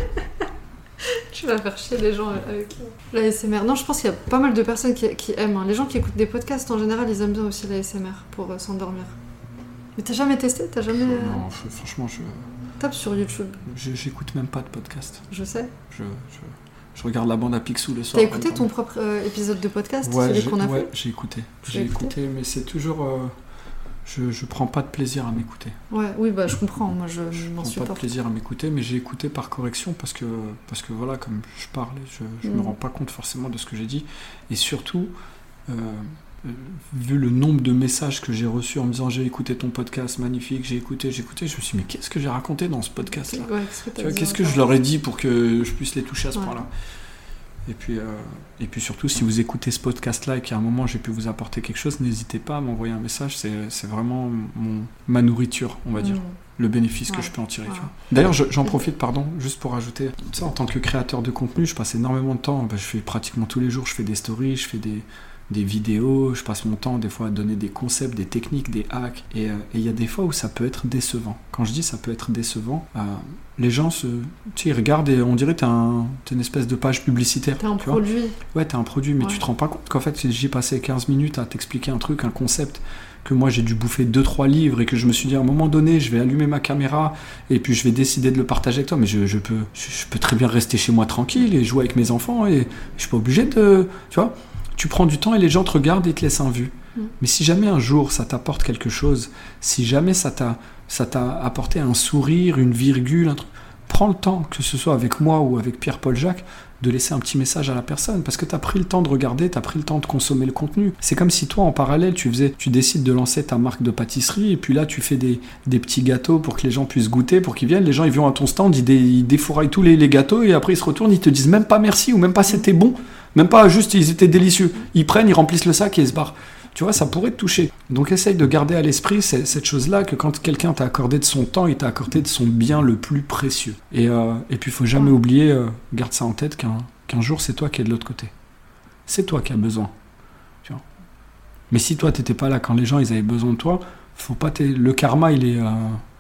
Tu vas faire chier les gens avec l'A S M R. Non, je pense qu'il y a pas mal de personnes qui, qui aiment. Hein. Les gens qui écoutent des podcasts, en général, ils aiment bien aussi l'A S M R pour euh, s'endormir. Mais t'as jamais testé ? T'as jamais... Non, franchement, je... Tape sur YouTube. Je, j'écoute même pas de podcast. Je sais. Je, je, je regarde la bande à Picsou le soir. T'as écouté ton propre euh, épisode de podcast ? Ouais, celui j'ai, qu'on a ouais fait j'ai écouté. J'ai écouté, écouté, mais c'est toujours... Euh... Je, je prends pas de plaisir à m'écouter. Ouais, oui, bah je comprends. Moi, je, je, je m'en prends supporte. pas de plaisir à m'écouter, mais j'ai écouté par correction parce que, parce que voilà, comme je parle, je, je mm. me rends pas compte forcément de ce que j'ai dit. Et surtout, euh, euh, vu le nombre de messages que j'ai reçus en me disant j'ai écouté ton podcast, magnifique, j'ai écouté, j'ai écouté, je me suis dit mais qu'est-ce que j'ai raconté dans ce podcast-là ? Ouais, qu'est-ce que, tu vois, qu'est-ce que je leur ai dit pour que je puisse les toucher à ce ouais. point-là ? Et puis, euh, et puis surtout, si vous écoutez ce podcast-là et qu'à un moment j'ai pu vous apporter quelque chose, n'hésitez pas à m'envoyer un message. C'est, c'est vraiment mon, ma nourriture, on va dire. Mmh. Le bénéfice ouais. que je peux en tirer. Ouais. Tu vois. D'ailleurs, je, j'en profite, pardon, juste pour ajouter. Tu sais, en tant que créateur de contenu, je passe énormément de temps. Ben, je fais pratiquement tous les jours, je fais des stories, je fais des, des vidéos. Je passe mon temps des fois à donner des concepts, des techniques, des hacks. Et il euh, y a des fois où ça peut être décevant. Quand je dis ça peut être décevant, euh, les gens se, tu sais, ils regardent et on dirait que t'es, un, t'es une espèce de page publicitaire. T'es un tu produit. Vois ouais, t'es un produit, mais ouais. tu te rends pas compte qu'en fait, j'ai passé quinze minutes à t'expliquer un truc, un concept, que moi j'ai dû bouffer deux trois livres et que je me suis dit à un moment donné, je vais allumer ma caméra et puis je vais décider de le partager avec toi. Mais je, je, peux, je, je peux très bien rester chez moi tranquille et jouer avec mes enfants et je suis pas obligé de. Tu vois, tu prends du temps et les gens te regardent et te laissent en vue. Mmh. Mais si jamais un jour ça t'apporte quelque chose, si jamais ça t'a, ça t'a apporté un sourire, une virgule, un truc, prends le temps, que ce soit avec moi ou avec Pierre-Paul Jacques, de laisser un petit message à la personne, parce que tu as pris le temps de regarder, tu as pris le temps de consommer le contenu. C'est comme si toi, en parallèle, tu faisais, tu décides de lancer ta marque de pâtisserie, et puis là, tu fais des, des petits gâteaux pour que les gens puissent goûter, pour qu'ils viennent. Les gens, ils viennent à ton stand, ils, dé, ils défouraillent tous les, les gâteaux, et après, ils se retournent, ils te disent même pas merci, ou même pas c'était bon, même pas juste, ils étaient délicieux. Ils prennent, ils remplissent le sac et ils se barrent. Tu vois, ça pourrait te toucher. Donc essaye de garder à l'esprit cette, cette chose-là, que quand quelqu'un t'a accordé de son temps, il t'a accordé de son bien le plus précieux. Et, euh, et puis il faut jamais oublier, euh, garde ça en tête, qu'un, qu'un jour c'est toi qui es de l'autre côté. C'est toi qui as besoin. Tu vois. Mais si toi t'étais pas là quand les gens ils avaient besoin de toi, faut pas t'es... le karma il est... Euh...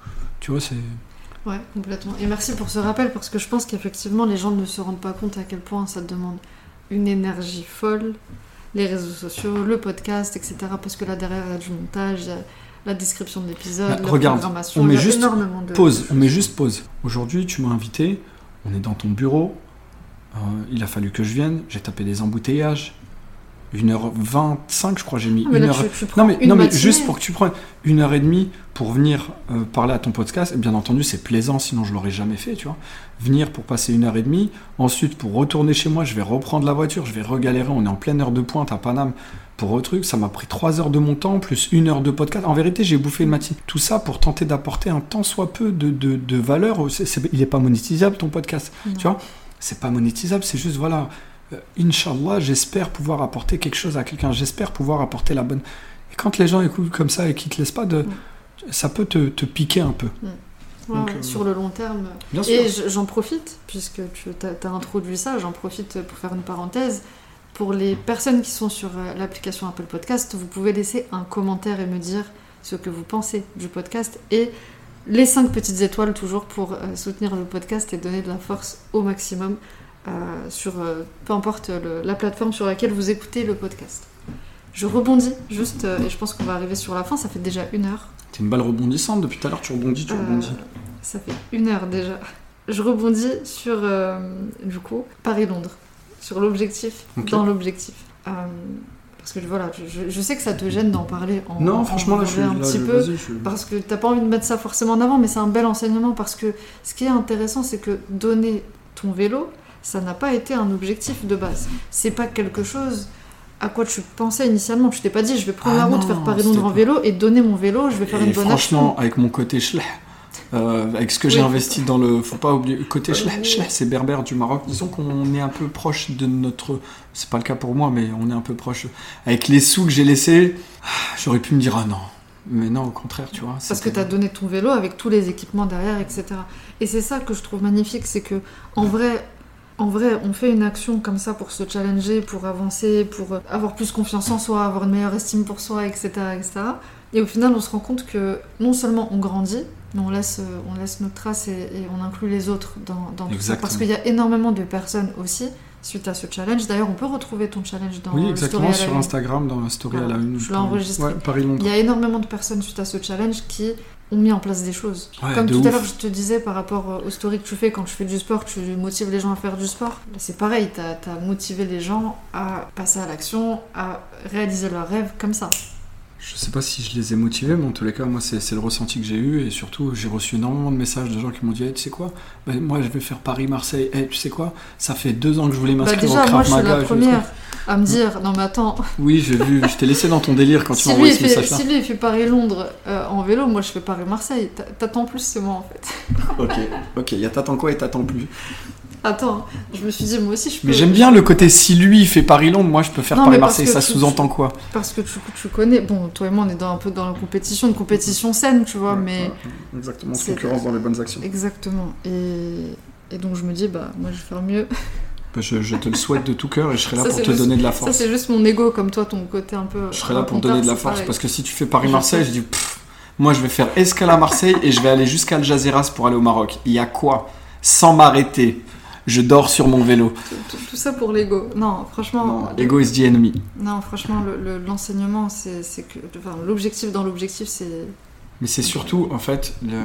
Tu vois, c'est... Ouais, complètement. Et merci pour ce rappel, parce que je pense qu'effectivement les gens ne se rendent pas compte à quel point ça te demande une énergie folle. Les réseaux sociaux, le podcast, et cetera. Parce que là derrière il y a du montage, il y a la description de l'épisode, bah, la regarde, programmation, on met il y a juste énormément de pause, de on met juste pause. Aujourd'hui tu m'as invité, on est dans ton bureau, euh, il a fallu que je vienne, j'ai tapé des embouteillages, une heure vingt-cinq je crois, j'ai mis Ah, mais une là, heure... tu- tu prends non mais, une non, mais matinée. juste pour que tu prennes une heure et demie pour venir euh, parler à ton podcast, et bien entendu c'est plaisant, sinon je l'aurais jamais fait, tu vois. Venir pour passer une heure et demie, ensuite pour retourner chez moi, je vais reprendre la voiture, je vais regalérer, on est en pleine heure de pointe à Paname, pour un truc, ça m'a pris trois heures de mon temps, plus une heure de podcast. En vérité, j'ai bouffé une matinée. Tout ça pour tenter d'apporter un tant soit peu de, de, de valeur. C'est, c'est, il n'est pas monétisable, ton podcast. Non. Tu vois, c'est pas monétisable, c'est juste, voilà, euh, Inch'Allah, j'espère pouvoir apporter quelque chose à quelqu'un. J'espère pouvoir apporter la bonne... Et quand les gens écoutent comme ça et qu'ils te laissent pas de... Mm. Ça peut te, te piquer un peu. Mm. Ouais, Donc, ouais, euh, sur le long terme. Bien Et sûr. j'en profite, puisque tu as introduit ça, j'en profite pour faire une parenthèse. Pour les personnes qui sont sur l'application Apple Podcast, vous pouvez laisser un commentaire et me dire ce que vous pensez du podcast. Et les cinq petites étoiles toujours pour euh, soutenir le podcast et donner de la force au maximum euh, sur euh, peu importe le, la plateforme sur laquelle vous écoutez le podcast. Je rebondis juste, euh, et je pense qu'on va arriver sur la fin, ça fait déjà une heure. T'es une balle rebondissante, depuis tout à l'heure tu rebondis, tu Euh, rebondis. Ça fait une heure déjà. Je rebondis sur, euh, du coup, Paris-Londres. Sur l'objectif, Ok. dans l'objectif. Euh, parce que voilà, je, je sais que ça te gêne d'en parler en Non, en- franchement, en là, je suis... un là, petit je- peu. vas-y, je suis- Parce que t'as pas envie de mettre ça forcément en avant, mais c'est un bel enseignement, parce que ce qui est intéressant, c'est que donner ton vélo, ça n'a pas été un objectif de base. C'est pas quelque chose à quoi tu pensais initialement. Tu t'es pas dit, je vais prendre Ah la route, non, faire Paris-Londres c'était en pas- vélo et donner mon vélo, je vais faire Et une bonne franchement, action. avec mon côté schleh, euh, avec ce que j'ai Oui. investi dans le... Faut pas oublier, côté Euh, schleh, oui. schleh, c'est berbère du Maroc. Disons qu'on est un peu proche de notre... C'est pas le cas pour moi, mais on est un peu proche. Avec les sous que j'ai laissés, j'aurais pu me dire, ah non. Mais non, au contraire, tu vois. Parce que c'était- tu as donné ton vélo avec tous les équipements derrière, et cetera. Et c'est ça que je trouve magnifique, c'est que en vrai, en vrai, on fait une action comme ça pour se challenger, pour avancer, pour avoir plus confiance en soi, avoir une meilleure estime pour soi, et cetera, et cetera. Et au final, on se rend compte que non seulement on grandit, mais on laisse, on laisse notre trace et, et on inclut les autres dans, dans tout ça. Exactement. Parce qu'il y a énormément de personnes aussi suite à ce challenge. D'ailleurs, on peut retrouver ton challenge dans Oui, le exactement, story à la sur une. Instagram, dans la story Voilà, à la une. je l'ai enregistré. Ouais, Paris-Londres. Il y a énormément de personnes suite à ce challenge qui ont mis en place des choses. Ouais, Comme de tout ouf. à l'heure, je te disais par rapport aux stories que tu fais quand tu fais du sport, tu motives les gens à faire du sport. Là, c'est pareil, t'as as motivé les gens à passer à l'action, à réaliser leurs rêves comme ça. Je sais pas si je les ai motivés, mais en tous les cas, moi, c'est, c'est le ressenti que j'ai eu. Et surtout, j'ai reçu énormément de messages de gens qui m'ont dit hey, tu sais quoi, ben, moi, je vais faire Paris-Marseille. Hey, tu sais quoi, ça fait deux ans que je voulais Bah m'inscrire déjà, au moi Krav je suis Maga. la je- première à me dire, non mais attends, Oui, j'ai vu, je t'ai laissé dans ton délire quand tu si m'as lui, envoyé il ce fait, message-là. si lui il fait Paris-Londres euh, en vélo, moi je fais Paris-Marseille. T'a- T'attends plus, c'est moi en fait. Ok, ok, il y a t'attends quoi et t'attends plus. Attends, je me suis dit, moi aussi je peux. Mais j'aime bien le côté si lui il fait Paris-Londres, moi je peux faire Non, mais Paris-Marseille, parce ça que tu- sous-entend quoi? Parce que tu, tu connais, bon, toi et moi on est dans, un peu dans la compétition, une compétition saine, tu vois, mais. Exactement, C'est- concurrence dans les bonnes actions. Exactement. Et, et donc je me dis, bah, moi je vais faire mieux. Bah, je, je te le souhaite de tout cœur et je serai là Ça, pour c'est te juste- donner de la Ça, force. c'est juste mon ego, comme toi, ton côté un peu. Je serai là pour racontard, donner de la c'est force pareil. parce que si tu fais Paris-Marseille, Je je sais. dis pff, moi je vais faire escale à Marseille et je vais aller jusqu'à Algeciras pour aller au Maroc. Il y a quoi? Sans m'arrêter. Je dors sur mon vélo. Tout, tout- tout ça pour l'ego. Non, franchement. Non, ego is the enemy. Non, franchement, le- le- l'enseignement, c'est c'est que. Enfin, l'objectif dans l'objectif, c'est. Mais c'est surtout, en fait, le-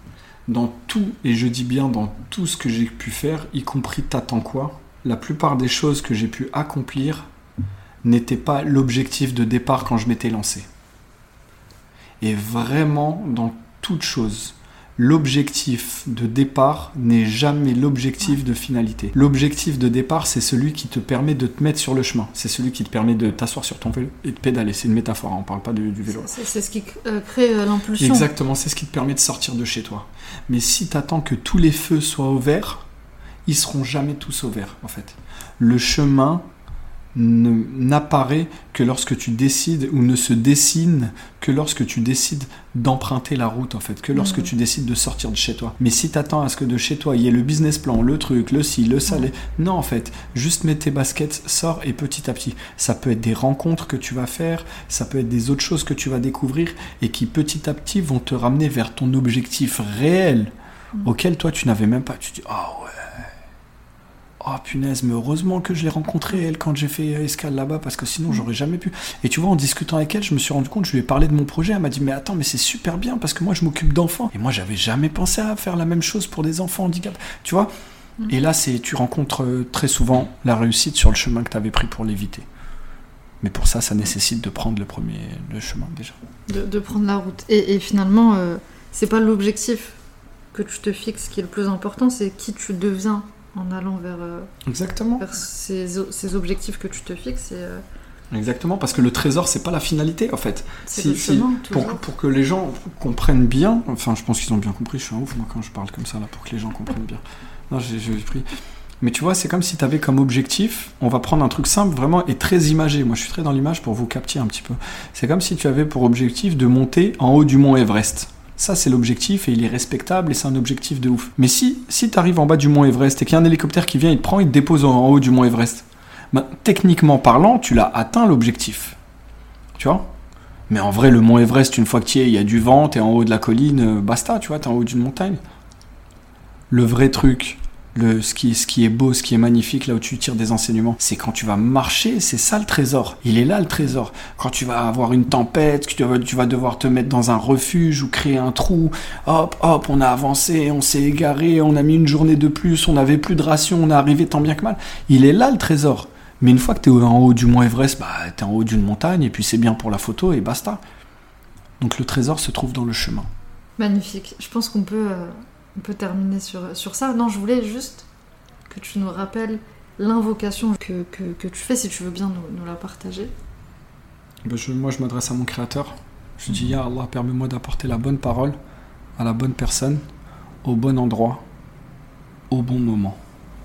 dans tout, et je dis bien dans tout ce que j'ai pu faire, y compris t'attends quoi, la plupart des choses que j'ai pu accomplir n'étaient pas l'objectif de départ quand je m'étais lancé. Et vraiment, dans toute chose, l'objectif de départ n'est jamais l'objectif de finalité. L'objectif de départ, c'est celui qui te permet de te mettre sur le chemin. C'est celui qui te permet de t'asseoir sur ton vélo et de pédaler. C'est une métaphore, hein, on parle pas du, du vélo. C'est c'est ce qui euh, crée euh, l'impulsion. Exactement, c'est ce qui te permet de sortir de chez toi. Mais si tu attends que tous les feux soient au vert, ils seront jamais tous au vert, en fait. Le chemin ne, n'apparaît que lorsque tu décides, ou ne se dessine que lorsque tu décides d'emprunter la route, en fait, que lorsque mmh. tu décides de sortir de chez toi. Mais si tu attends à ce que de chez toi, il y ait le business plan, le truc, le ci, le ça, mmh. les... non, en fait, juste mets tes baskets, sors, et petit à petit. Ça peut être des rencontres que tu vas faire, ça peut être des autres choses que tu vas découvrir, et qui petit à petit vont te ramener vers ton objectif réel, mmh. auquel toi, tu n'avais même pas. Tu te dis, ah oh, ouais. Oh punaise, mais heureusement que je l'ai rencontrée, elle, quand j'ai fait escale là-bas, parce que sinon j'aurais jamais pu. Et tu vois, en discutant avec elle, je me suis rendu compte, je lui ai parlé de mon projet, elle m'a dit, mais attends, mais c'est super bien, parce que moi je m'occupe d'enfants. Et moi j'avais jamais pensé à faire la même chose pour des enfants handicapés, tu vois. Mmh. Et là, c'est, tu rencontres très souvent la réussite sur le chemin que tu avais pris pour l'éviter. Mais pour ça, ça nécessite de prendre le premier le chemin déjà. De, de prendre la route. Et, et finalement, euh, c'est pas l'objectif que tu te fixes qui est le plus important, c'est qui tu deviens en allant vers, euh, Exactement. vers ces, ces objectifs que tu te fixes. Et, euh... Exactement, parce que le trésor, c'est pas la finalité, en fait. C'est si, le chemin, si, pour, pour que les gens comprennent bien, enfin, je pense qu'ils ont bien compris, je suis un ouf, moi, quand je parle comme ça, là, pour que les gens comprennent bien. Non, j'ai, j'ai pris... Mais tu vois, c'est comme si tu avais comme objectif, on va prendre un truc simple, vraiment, et très imagé. Moi, je suis très dans l'image pour vous capter un petit peu. C'est comme si tu avais pour objectif de monter en haut du mont Everest. Ça, c'est l'objectif et il est respectable et c'est un objectif de ouf. Mais si, si tu arrives en bas du mont Everest et qu'il y a un hélicoptère qui vient, il te prend, il te dépose en haut du mont Everest, ben, techniquement parlant, tu l'as atteint l'objectif. Tu vois ? Mais en vrai, le mont Everest, une fois que tu y es, il y a du vent, tu es en haut de la colline, basta, tu vois, tu es en haut d'une montagne. Le vrai truc, le, ce, qui, ce qui est beau, ce qui est magnifique, là où tu tires des enseignements, c'est quand tu vas marcher, c'est ça le trésor. Il est là le trésor. Quand tu vas avoir une tempête, que tu vas, tu vas devoir te mettre dans un refuge ou créer un trou, hop, hop, on a avancé, on s'est égaré, on a mis une journée de plus, on n'avait plus de ration, on est arrivé tant bien que mal. Il est là le trésor. Mais une fois que tu es en haut du mont Everest, bah, tu es en haut d'une montagne et puis c'est bien pour la photo et basta. Donc le trésor se trouve dans le chemin. Magnifique. Je pense qu'on peut... Euh... On peut terminer sur, sur ça. Non, je voulais juste que tu nous rappelles l'invocation que, que, que tu fais, si tu veux bien nous, nous la partager. Ben je, moi, je m'adresse à mon Créateur. Je dis, Ya Allah, permets-moi d'apporter la bonne parole à la bonne personne, au bon endroit, au bon moment.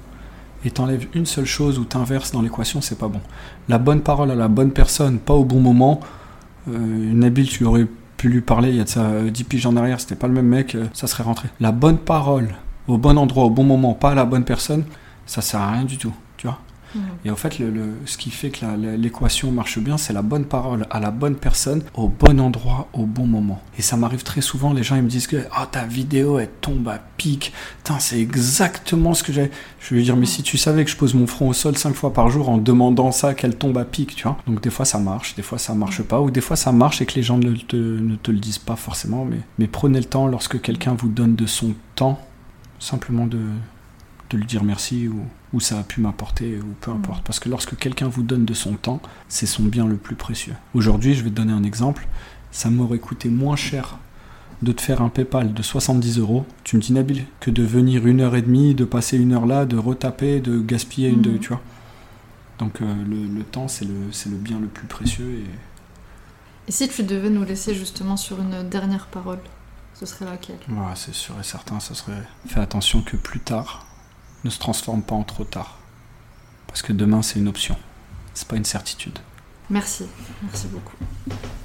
Et t'enlèves une seule chose ou t'inverses dans l'équation, c'est pas bon. La bonne parole à la bonne personne, pas au bon moment. Euh, Nabil, tu aurais pu lui parler il y a de ça dix piges en arrière, c'était pas le même mec, ça serait rentré. La bonne parole, au bon endroit, au bon moment, pas à la bonne personne, ça sert à rien du tout, tu vois. Mmh. Et en fait, le, le, ce qui fait que la, l'équation marche bien, c'est la bonne parole à la bonne personne, au bon endroit, au bon moment. Et ça m'arrive très souvent, les gens ils me disent que oh, ta vidéo elle tombe à pic, putain, c'est exactement ce que j'ai. Je vais lui dire, mais si tu savais que je pose mon front au sol cinq fois par jour en demandant ça, qu'elle tombe à pic, tu vois. Donc des fois ça marche, des fois ça marche pas, ou des fois ça marche et que les gens ne te, ne te le disent pas forcément, mais, mais prenez le temps lorsque quelqu'un vous donne de son temps, simplement de. de lui dire merci ou, ou ça a pu m'apporter ou peu importe. Parce que lorsque quelqu'un vous donne de son temps, c'est son bien le plus précieux. Aujourd'hui, je vais te donner un exemple. Ça m'aurait coûté moins cher de te faire un PayPal de soixante-dix euros. Tu me dis, Nabil, que de venir une heure et demie, de passer une heure là, de retaper, de gaspiller une... Mmh. De, tu vois. Donc euh, le, le temps, c'est le, c'est le bien le plus précieux. Et... et si tu devais nous laisser justement sur une dernière parole, ce serait laquelle ? Ouais, c'est sûr et certain, ça serait... Fais attention que plus tard ne se transforme pas en trop tard. Parce que demain, c'est une option. C'est pas une certitude. Merci. Merci beaucoup.